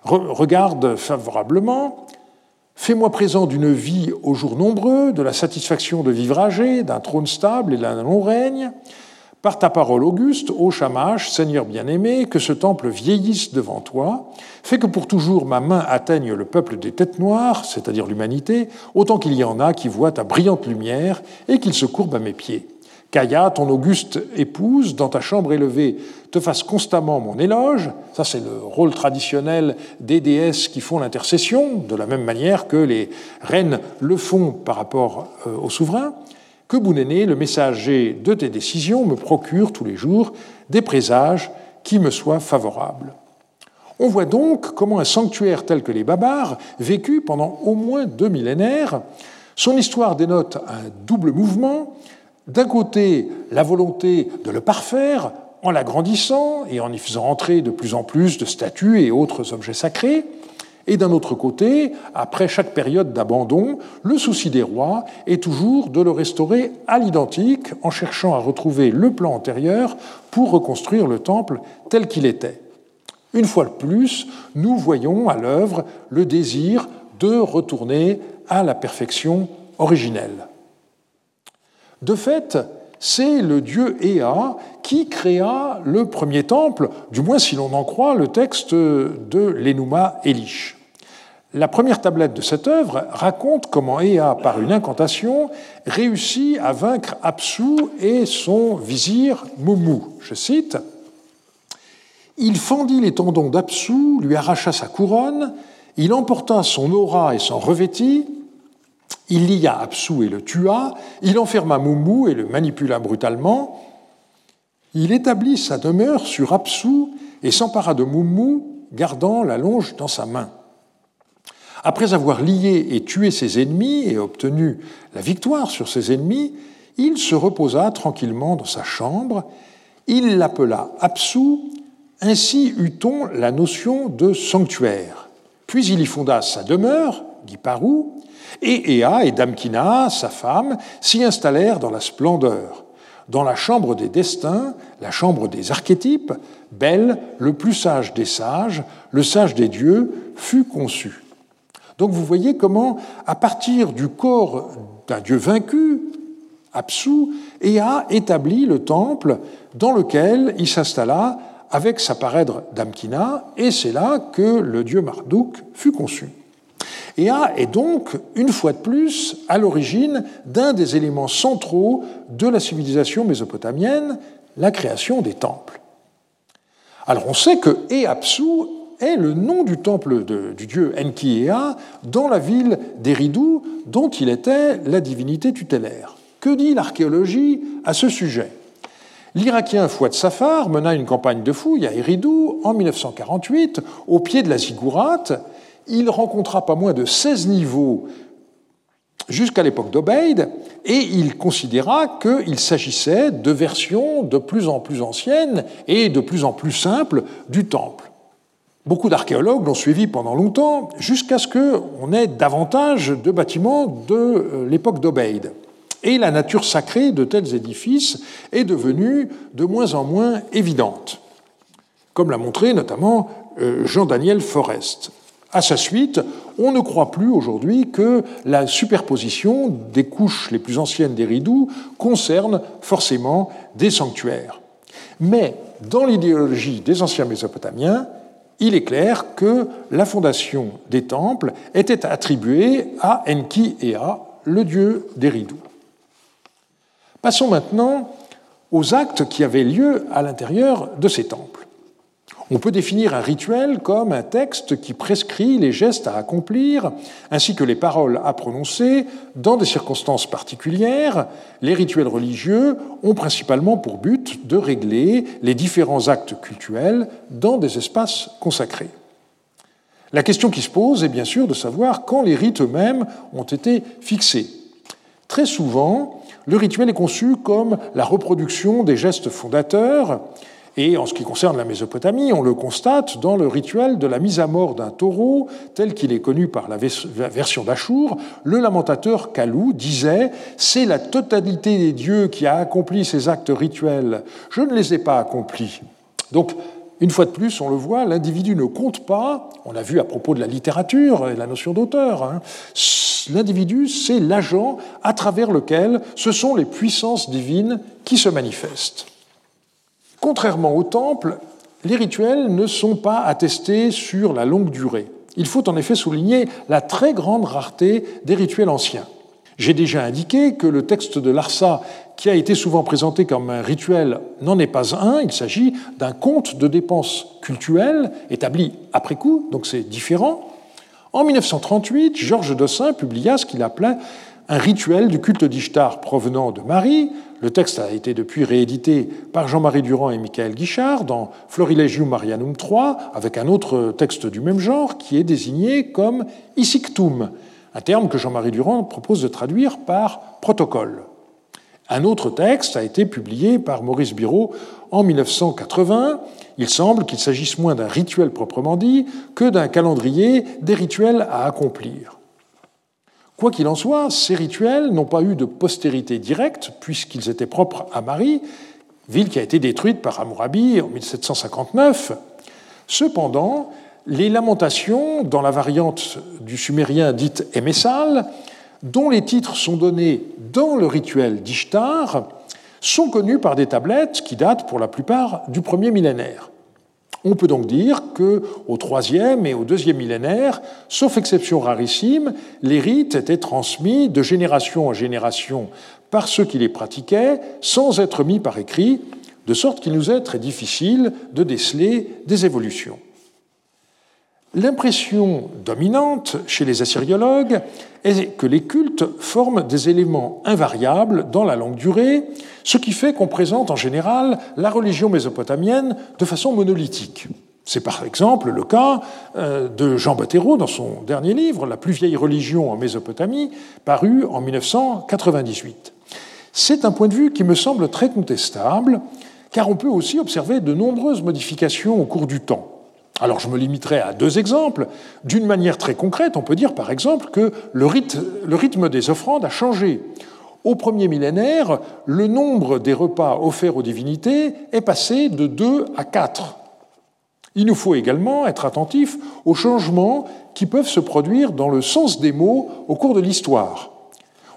regarde favorablement, fais-moi présent d'une vie aux jours nombreux, de la satisfaction de vivre âgé, d'un trône stable et d'un long règne. Par ta parole auguste, ô Shamash, Seigneur bien-aimé, que ce temple vieillisse devant toi, fais que pour toujours ma main atteigne le peuple des têtes noires, c'est-à-dire l'humanité, autant qu'il y en a qui voient ta brillante lumière et qu'ils se courbent à mes pieds. Qu'Aya, ton auguste épouse, dans ta chambre élevée, te fasse constamment mon éloge. Ça, c'est le rôle traditionnel des déesses qui font l'intercession, de la même manière que les reines le font par rapport au souverain. Que Bounéné, le messager de tes décisions, me procure tous les jours des présages qui me soient favorables. On voit donc comment un sanctuaire tel que les Babars, vécu pendant au moins deux millénaires, son histoire dénote un double mouvement. D'un côté, la volonté de le parfaire en l'agrandissant et en y faisant entrer de plus en plus de statues et autres objets sacrés, et d'un autre côté, après chaque période d'abandon, le souci des rois est toujours de le restaurer à l'identique en cherchant à retrouver le plan antérieur pour reconstruire le temple tel qu'il était. Une fois de plus, nous voyons à l'œuvre le désir de retourner à la perfection originelle. De fait, c'est le dieu Ea qui créa le premier temple, du moins si l'on en croit le texte de l'Enuma Elish. La première tablette de cette œuvre raconte comment Ea, par une incantation, réussit à vaincre Apsu et son vizir Mummu. Je cite, « Il fendit les tendons d'Apsu, lui arracha sa couronne, il emporta son aura et s'en revêtit, il lia Apsu et le tua, il enferma Mummu et le manipula brutalement, il établit sa demeure sur Apsu et s'empara de Mummu, gardant la longe dans sa main. Après avoir lié et tué ses ennemis et obtenu la victoire sur ses ennemis, il se reposa tranquillement dans sa chambre, il l'appela Apsu, ainsi eut-on la notion de sanctuaire. Puis il y fonda sa demeure, dit Paru, et Ea et Damkina, sa femme, s'y installèrent dans la splendeur. Dans la chambre des destins, la chambre des archétypes, Bel, le plus sage des sages, le sage des dieux, fut conçu. Donc vous voyez comment, à partir du corps d'un dieu vaincu, Apsu, Ea établit le temple dans lequel il s'installa avec sa parèdre Damkina, et c'est là que le dieu Marduk fut conçu. Ea est donc, une fois de plus, à l'origine d'un des éléments centraux de la civilisation mésopotamienne, la création des temples. Alors on sait que Ea-Apsu est le nom du temple de, du dieu Enki-Ea dans la ville d'Eridu, dont il était la divinité tutélaire. Que dit l'archéologie à ce sujet ? L'Irakien Fouad Safar mena une campagne de fouilles à Eridu en mille neuf cent quarante-huit, au pied de la ziggourate. Il rencontra pas moins de seize niveaux jusqu'à l'époque d'Obeid, et il considéra qu'il s'agissait de versions de plus en plus anciennes et de plus en plus simples du temple. Beaucoup d'archéologues l'ont suivi pendant longtemps, jusqu'à ce qu'on ait davantage de bâtiments de l'époque d'Obeid. Et la nature sacrée de tels édifices est devenue de moins en moins évidente, comme l'a montré notamment Jean-Daniel Forest. À sa suite, on ne croit plus aujourd'hui que la superposition des couches les plus anciennes d'Eridu concerne forcément des sanctuaires. Mais dans l'idéologie des anciens Mésopotamiens, il est clair que la fondation des temples était attribuée à Enki-Ea, le dieu d'Eridu. Passons maintenant aux actes qui avaient lieu à l'intérieur de ces temples. On peut définir un rituel comme un texte qui prescrit les gestes à accomplir, ainsi que les paroles à prononcer dans des circonstances particulières. Les rituels religieux ont principalement pour but de régler les différents actes cultuels dans des espaces consacrés. La question qui se pose est bien sûr de savoir quand les rites eux-mêmes ont été fixés. Très souvent, le rituel est conçu comme la reproduction des gestes fondateurs, et en ce qui concerne la Mésopotamie, on le constate dans le rituel de la mise à mort d'un taureau, tel qu'il est connu par la version d'Achour. Le lamentateur Kalou disait « C'est la totalité des dieux qui a accompli ces actes rituels. Je ne les ai pas accomplis. » Donc, une fois de plus, on le voit, l'individu ne compte pas, on l'a vu à propos de la littérature et de la notion d'auteur, hein. L'individu, c'est l'agent à travers lequel ce sont les puissances divines qui se manifestent. Contrairement au temple, les rituels ne sont pas attestés sur la longue durée. Il faut en effet souligner la très grande rareté des rituels anciens. J'ai déjà indiqué que le texte de Larsa, qui a été souvent présenté comme un rituel, n'en est pas un. Il s'agit d'un compte de dépenses cultuelles établi après coup, donc c'est différent. En mille neuf cent trente-huit, Georges Dossin publia ce qu'il appelait un rituel du culte d'Ishtar provenant de Marie. Le texte a été depuis réédité par Jean-Marie Durand et Michael Guichard dans Florilegium Marianum trois, avec un autre texte du même genre qui est désigné comme Isictum, un terme que Jean-Marie Durand propose de traduire par protocole. Un autre texte a été publié par Maurice Biraud en mille neuf cent quatre-vingts. Il semble qu'il s'agisse moins d'un rituel proprement dit que d'un calendrier des rituels à accomplir. Quoi qu'il en soit, ces rituels n'ont pas eu de postérité directe puisqu'ils étaient propres à Marie, ville qui a été détruite par Hammurabi en mille sept cent cinquante-neuf. Cependant, les lamentations, dans la variante du sumérien dite Emessal, dont les titres sont donnés dans le rituel d'Ishtar, sont connus par des tablettes qui datent pour la plupart du premier millénaire. On peut donc dire qu'au troisième et au deuxième millénaire, sauf exception rarissime, les rites étaient transmis de génération en génération par ceux qui les pratiquaient, sans être mis par écrit, de sorte qu'il nous est très difficile de déceler des évolutions. L'impression dominante chez les assyriologues est que les cultes forment des éléments invariables dans la longue durée, ce qui fait qu'on présente en général la religion mésopotamienne de façon monolithique. C'est par exemple le cas de Jean Bottero dans son dernier livre, La plus vieille religion en Mésopotamie, paru en mille neuf cent quatre-vingt-dix-huit. C'est un point de vue qui me semble très contestable, car on peut aussi observer de nombreuses modifications au cours du temps. Alors je me limiterai à deux exemples. D'une manière très concrète, on peut dire par exemple que le, rite, le rythme des offrandes a changé. Au premier millénaire, le nombre des repas offerts aux divinités est passé de deux à quatre. Il nous faut également être attentifs aux changements qui peuvent se produire dans le sens des mots au cours de l'histoire.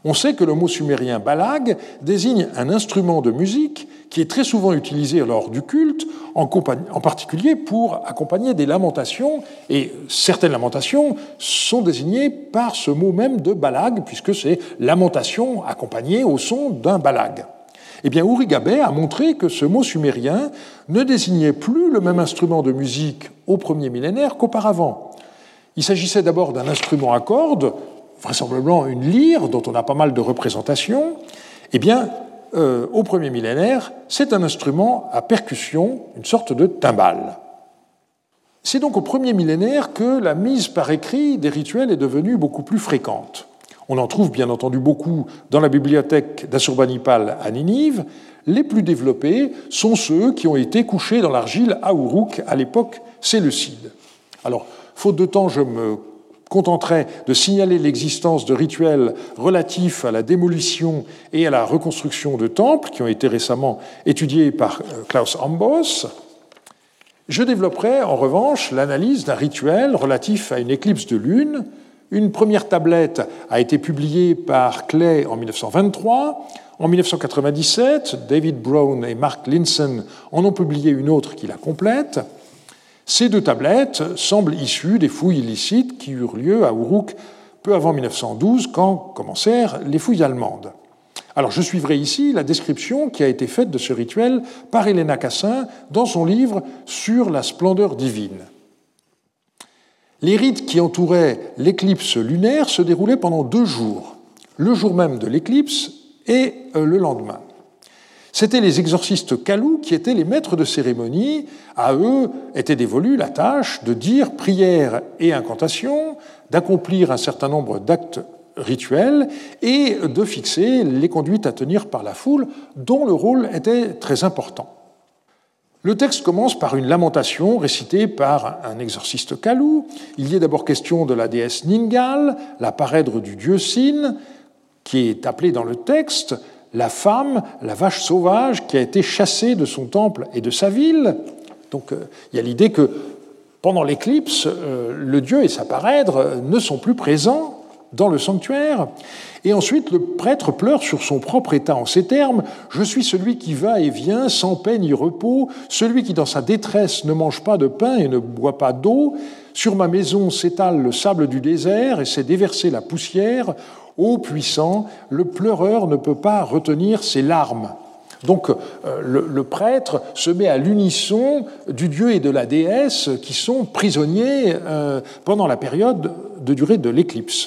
On sait que le mot sumérien balag désigne un instrument de musique qui est très souvent utilisé lors du culte, en, en particulier pour accompagner des lamentations, et certaines lamentations sont désignées par ce mot même de balag, puisque c'est lamentation accompagnée au son d'un balag. Eh bien, Urigaray a montré que ce mot sumérien ne désignait plus le même instrument de musique au premier millénaire qu'auparavant. Il s'agissait d'abord d'un instrument à cordes, vraisemblablement une lyre, dont on a pas mal de représentations. Eh bien, euh, au premier millénaire, c'est un instrument à percussion, une sorte de timbale. C'est donc au premier millénaire que la mise par écrit des rituels est devenue beaucoup plus fréquente. On en trouve bien entendu beaucoup dans la bibliothèque d'Assurbanipal à Ninive. Les plus développés sont ceux qui ont été couchés dans l'argile à Uruk, à l'époque séleucide. Alors, faute de temps, je me contenterai de signaler l'existence de rituels relatifs à la démolition et à la reconstruction de temples, qui ont été récemment étudiés par Klaus Ambos. Je développerai en revanche l'analyse d'un rituel relatif à une éclipse de lune. Une première tablette a été publiée par Clay en mille neuf cent vingt-trois. En mille neuf cent quatre-vingt-dix-sept, David Brown et Mark Linson en ont publié une autre qui la complète. Ces deux tablettes semblent issues des fouilles illicites qui eurent lieu à Uruk peu avant mille neuf cent douze, quand commencèrent les fouilles allemandes. Alors je suivrai ici la description qui a été faite de ce rituel par Helena Cassin dans son livre Sur la splendeur divine. Les rites qui entouraient l'éclipse lunaire se déroulaient pendant deux jours, le jour même de l'éclipse et le lendemain. C'étaient les exorcistes Kalou qui étaient les maîtres de cérémonie. À eux était dévolue la tâche de dire prières et incantations, d'accomplir un certain nombre d'actes rituels et de fixer les conduites à tenir par la foule, dont le rôle était très important. Le texte commence par une lamentation récitée par un exorciste Kalou. Il y est d'abord question de la déesse Ningal, la parèdre du dieu Sin, qui est appelée dans le texte la femme, la vache sauvage qui a été chassée de son temple et de sa ville. Donc euh, il y a l'idée que pendant l'éclipse, euh, le dieu et sa parèdre ne sont plus présents dans le sanctuaire. Et ensuite, le prêtre pleure sur son propre état en ces termes : « Je suis celui qui va et vient, sans paix ni repos, celui qui dans sa détresse ne mange pas de pain et ne boit pas d'eau. Sur ma maison s'étale le sable du désert et s'est déversée la poussière. Ô puissant, le pleureur ne peut pas retenir ses larmes. » Donc euh, le, le prêtre se met à l'unisson du dieu et de la déesse qui sont prisonniers euh, pendant la période de durée de l'éclipse.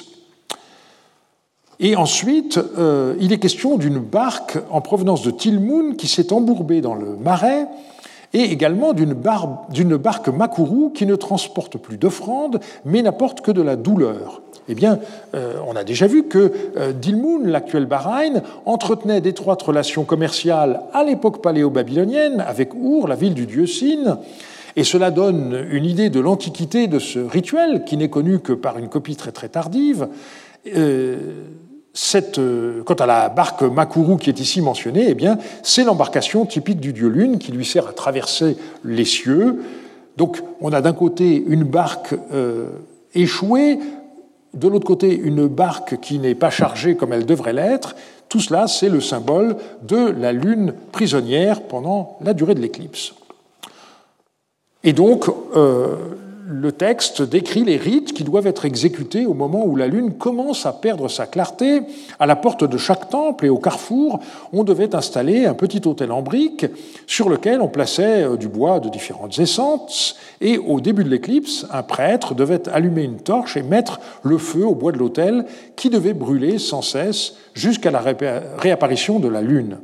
Et ensuite, euh, il est question d'une barque en provenance de Tilmoun qui s'est embourbée dans le marais, et également d'une, bar- d'une barque Makuru qui ne transporte plus d'offrandes, mais n'apporte que de la douleur. Eh bien, euh, on a déjà vu que euh, Dilmun, l'actuel Bahreïn, entretenait d'étroites relations commerciales à l'époque paléo-babylonienne avec Our, la ville du dieu Sin, et cela donne une idée de l'antiquité de ce rituel, qui n'est connu que par une copie très très tardive. Euh, Cette, quant à la barque Makuru qui est ici mentionnée, eh bien, c'est l'embarcation typique du dieu Lune qui lui sert à traverser les cieux. Donc, on a d'un côté une barque euh, échouée, de l'autre côté une barque qui n'est pas chargée comme elle devrait l'être. Tout cela, c'est le symbole de la Lune prisonnière pendant la durée de l'éclipse. Et donc, euh, le texte décrit les rites qui doivent être exécutés au moment où la lune commence à perdre sa clarté. À la porte de chaque temple et au carrefour, on devait installer un petit autel en briques sur lequel on plaçait du bois de différentes essences. Et au début de l'éclipse, un prêtre devait allumer une torche et mettre le feu au bois de l'autel qui devait brûler sans cesse jusqu'à la réapparition de la lune.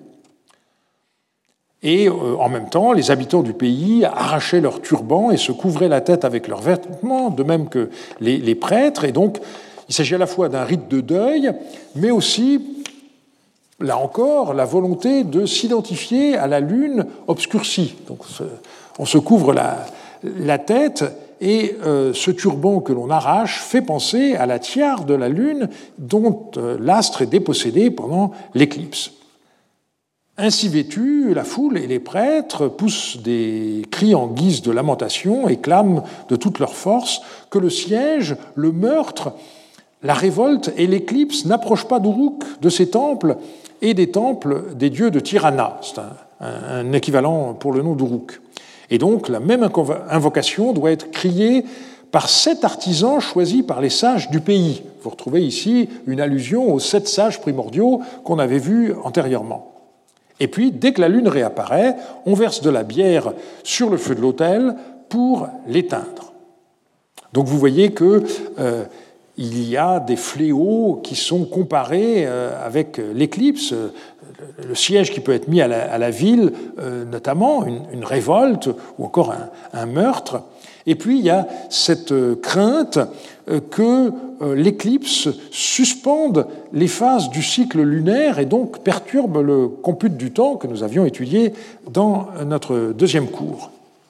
Et euh, en même temps, les habitants du pays arrachaient leurs turbans et se couvraient la tête avec leurs vêtements, de même que les, les prêtres. Et donc, il s'agit à la fois d'un rite de deuil, mais aussi, là encore, la volonté de s'identifier à la lune obscurcie. Donc, on se couvre la, la tête, et euh, ce turban que l'on arrache fait penser à la tiare de la lune dont euh, l'astre est dépossédé pendant l'éclipse. Ainsi vêtus, la foule et les prêtres poussent des cris en guise de lamentation et clament de toute leur force que le siège, le meurtre, la révolte et l'éclipse n'approchent pas d'Uruk, de ses temples et des temples des dieux de Tirana. C'est un, un, un équivalent pour le nom d'Uruk. Et donc, la même invocation doit être criée par sept artisans choisis par les sages du pays. Vous retrouvez ici une allusion aux sept sages primordiaux qu'on avait vus antérieurement. Et puis, dès que la lune réapparaît, on verse de la bière sur le feu de l'autel pour l'éteindre. Donc vous voyez que euh, il y a des fléaux qui sont comparés euh, avec l'éclipse, le siège qui peut être mis à la, à la ville, euh, notamment une, une révolte ou encore un, un meurtre. Et puis il y a cette crainte que l'éclipse suspende les phases du cycle lunaire et donc perturbe le compute du temps que nous avions étudié dans notre deuxième cours.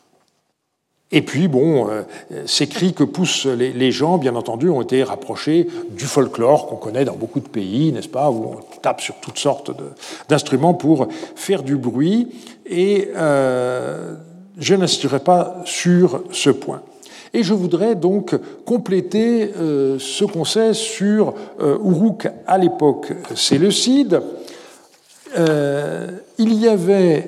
Et puis, bon, ces cris que poussent les gens, bien entendu, ont été rapprochés du folklore qu'on connaît dans beaucoup de pays, n'est-ce pas, où on tape sur toutes sortes de, d'instruments pour faire du bruit. Et euh, je n'insisterai pas sur ce point. Et je voudrais donc compléter euh, ce qu'on sait sur euh, Uruk à l'époque séleucide. Euh, il y avait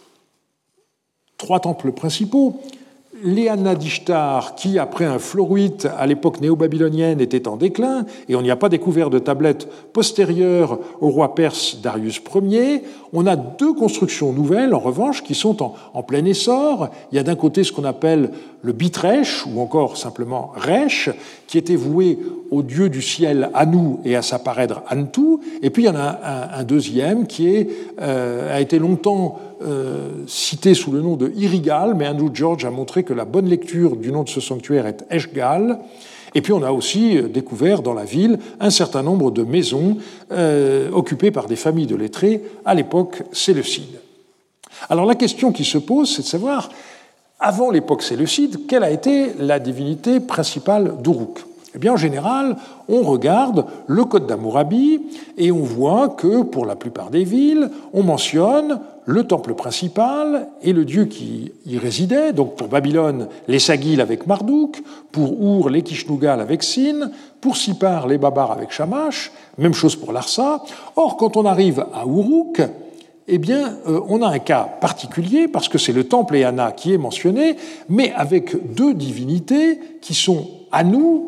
trois temples principaux. L'Eanna d'Ishtar, qui, après un florite à l'époque néo-babylonienne, était en déclin, et on n'y a pas découvert de tablettes postérieures au roi perse Darius Ier. On a deux constructions nouvelles, en revanche, qui sont en, en plein essor. Il y a d'un côté ce qu'on appelle le Bitresh, ou encore simplement Resh, qui était voué au dieu du ciel Anu et à sa parèdre Antu. Et puis il y en a un, un deuxième qui est, euh, a été longtemps euh, cité sous le nom de Irigal, mais Andrew George a montré que la bonne lecture du nom de ce sanctuaire est Eshgal. Et puis on a aussi découvert dans la ville un certain nombre de maisons euh, occupées par des familles de lettrés à l'époque séleucide. Alors la question qui se pose, c'est de savoir, avant l'époque séleucide, quelle a été la divinité principale d'Uruk ? Eh bien, en général, on regarde le Code d'Hammurabi et on voit que, pour la plupart des villes, on mentionne le temple principal et le dieu qui y résidait. Donc, pour Babylone, les Sagil avec Marduk, pour Ur, les Kishnugal avec Sin, pour Sipar, les Babars avec Shamash, même chose pour Larsa. Or, quand on arrive à Uruk, eh bien, euh, on a un cas particulier, parce que c'est le temple Eanna qui est mentionné, mais avec deux divinités qui sont Anu,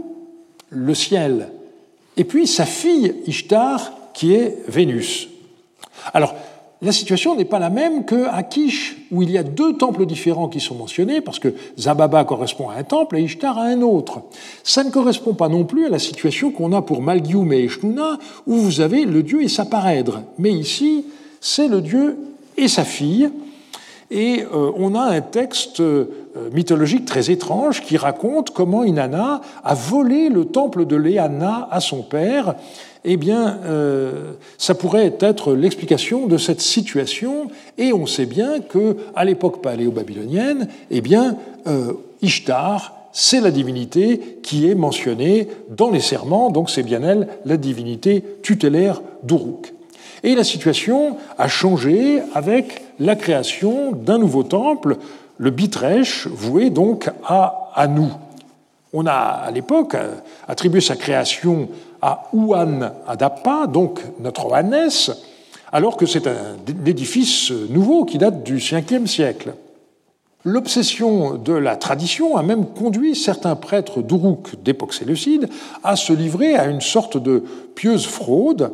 le ciel, et puis sa fille Ishtar, qui est Vénus. Alors, la situation n'est pas la même qu'à Kish, où il y a deux temples différents qui sont mentionnés, parce que Zababa correspond à un temple et Ishtar à un autre. Ça ne correspond pas non plus à la situation qu'on a pour Malgium et Eshnuna, où vous avez le dieu et sa parèdre. Mais ici, c'est le dieu et sa fille. Et euh, on a un texte euh, mythologique très étrange qui raconte comment Inanna a volé le temple de l'Eanna à son père. Eh bien, euh, ça pourrait être l'explication de cette situation. Et on sait bien qu'à l'époque paléo-babylonienne, eh bien, euh, Ishtar, c'est la divinité qui est mentionnée dans les serments, donc c'est bien elle, la divinité tutélaire d'Uruk. Et la situation a changé avec la création d'un nouveau temple, le Bitresh, voué donc à Anu. On a à l'époque attribué sa création à Ouan Adapa, donc notre Oannès, alors que c'est un édifice nouveau qui date du cinquième siècle. L'obsession de la tradition a même conduit certains prêtres d'Uruk d'époque séleucide à se livrer à une sorte de pieuse fraude.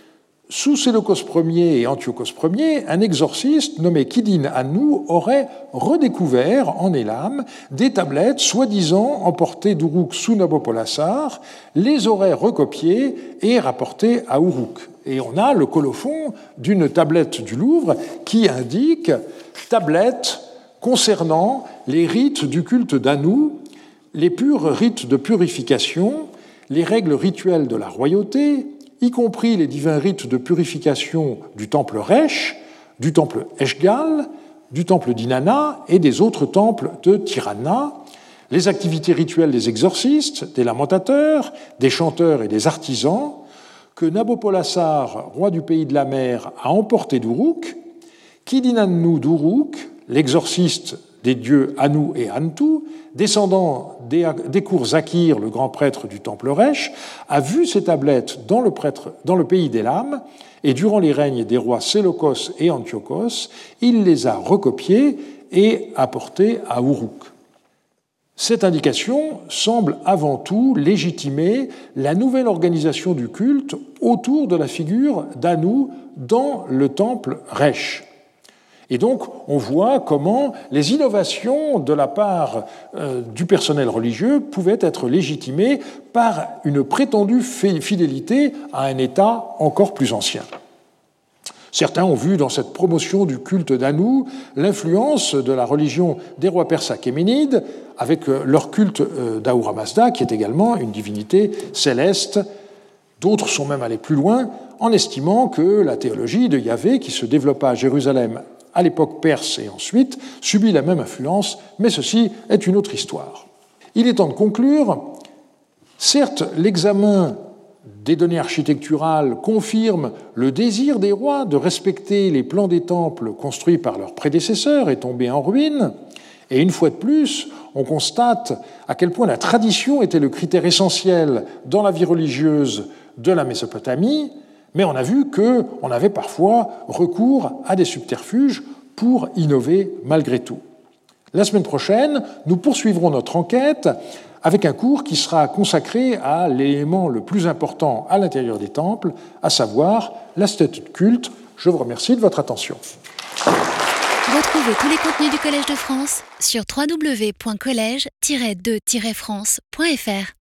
Sous Séleucos Ier et Antiochos Ier, un exorciste nommé Kidin Anu aurait redécouvert en Élam des tablettes soi-disant emportées d'Uruk sous Nabopolassar, les aurait recopiées et rapportées à Uruk. Et on a le colophon d'une tablette du Louvre qui indique « tablette concernant les rites du culte d'Anu, les purs rites de purification, les règles rituelles de la royauté, y compris les divins rites de purification du temple Resh, du temple Eshgal, du temple d'Inanna et des autres temples de Tirana, les activités rituelles des exorcistes, des lamentateurs, des chanteurs et des artisans, que Nabopolassar, roi du pays de la mer, a emporté d'Uruk, Kidinannu d'Uruk, l'exorciste des dieux Anu et Antu, descendant Décour Zakir, le grand prêtre du temple Resh, a vu ces tablettes dans le, prêtre, dans le pays d'Élam, et durant les règnes des rois Séleucos et Antiochos, il les a recopiées et apportées à Uruk. Cette indication semble avant tout légitimer la nouvelle organisation du culte autour de la figure d'Anu dans le temple Resh. Et donc, on voit comment les innovations de la part euh, du personnel religieux pouvaient être légitimées par une prétendue fidélité à un État encore plus ancien. Certains ont vu dans cette promotion du culte d'Anu l'influence de la religion des rois perses achéménides avec leur culte d'Ahura Mazda, qui est également une divinité céleste. D'autres sont même allés plus loin en estimant que la théologie de Yahvé, qui se développa à Jérusalem à l'époque perse et ensuite, subit la même influence, mais ceci est une autre histoire. Il est temps de conclure. Certes, l'examen des données architecturales confirme le désir des rois de respecter les plans des temples construits par leurs prédécesseurs et tombés en ruine, et une fois de plus, on constate à quel point la tradition était le critère essentiel dans la vie religieuse de la Mésopotamie, mais on a vu qu'on avait parfois recours à des subterfuges pour innover malgré tout. La semaine prochaine, nous poursuivrons notre enquête avec un cours qui sera consacré à l'élément le plus important à l'intérieur des temples, à savoir la statue de culte. Je vous remercie de votre attention. Retrouvez tous les contenus du Collège de France sur w w w point collège tiret de tiret france point f r.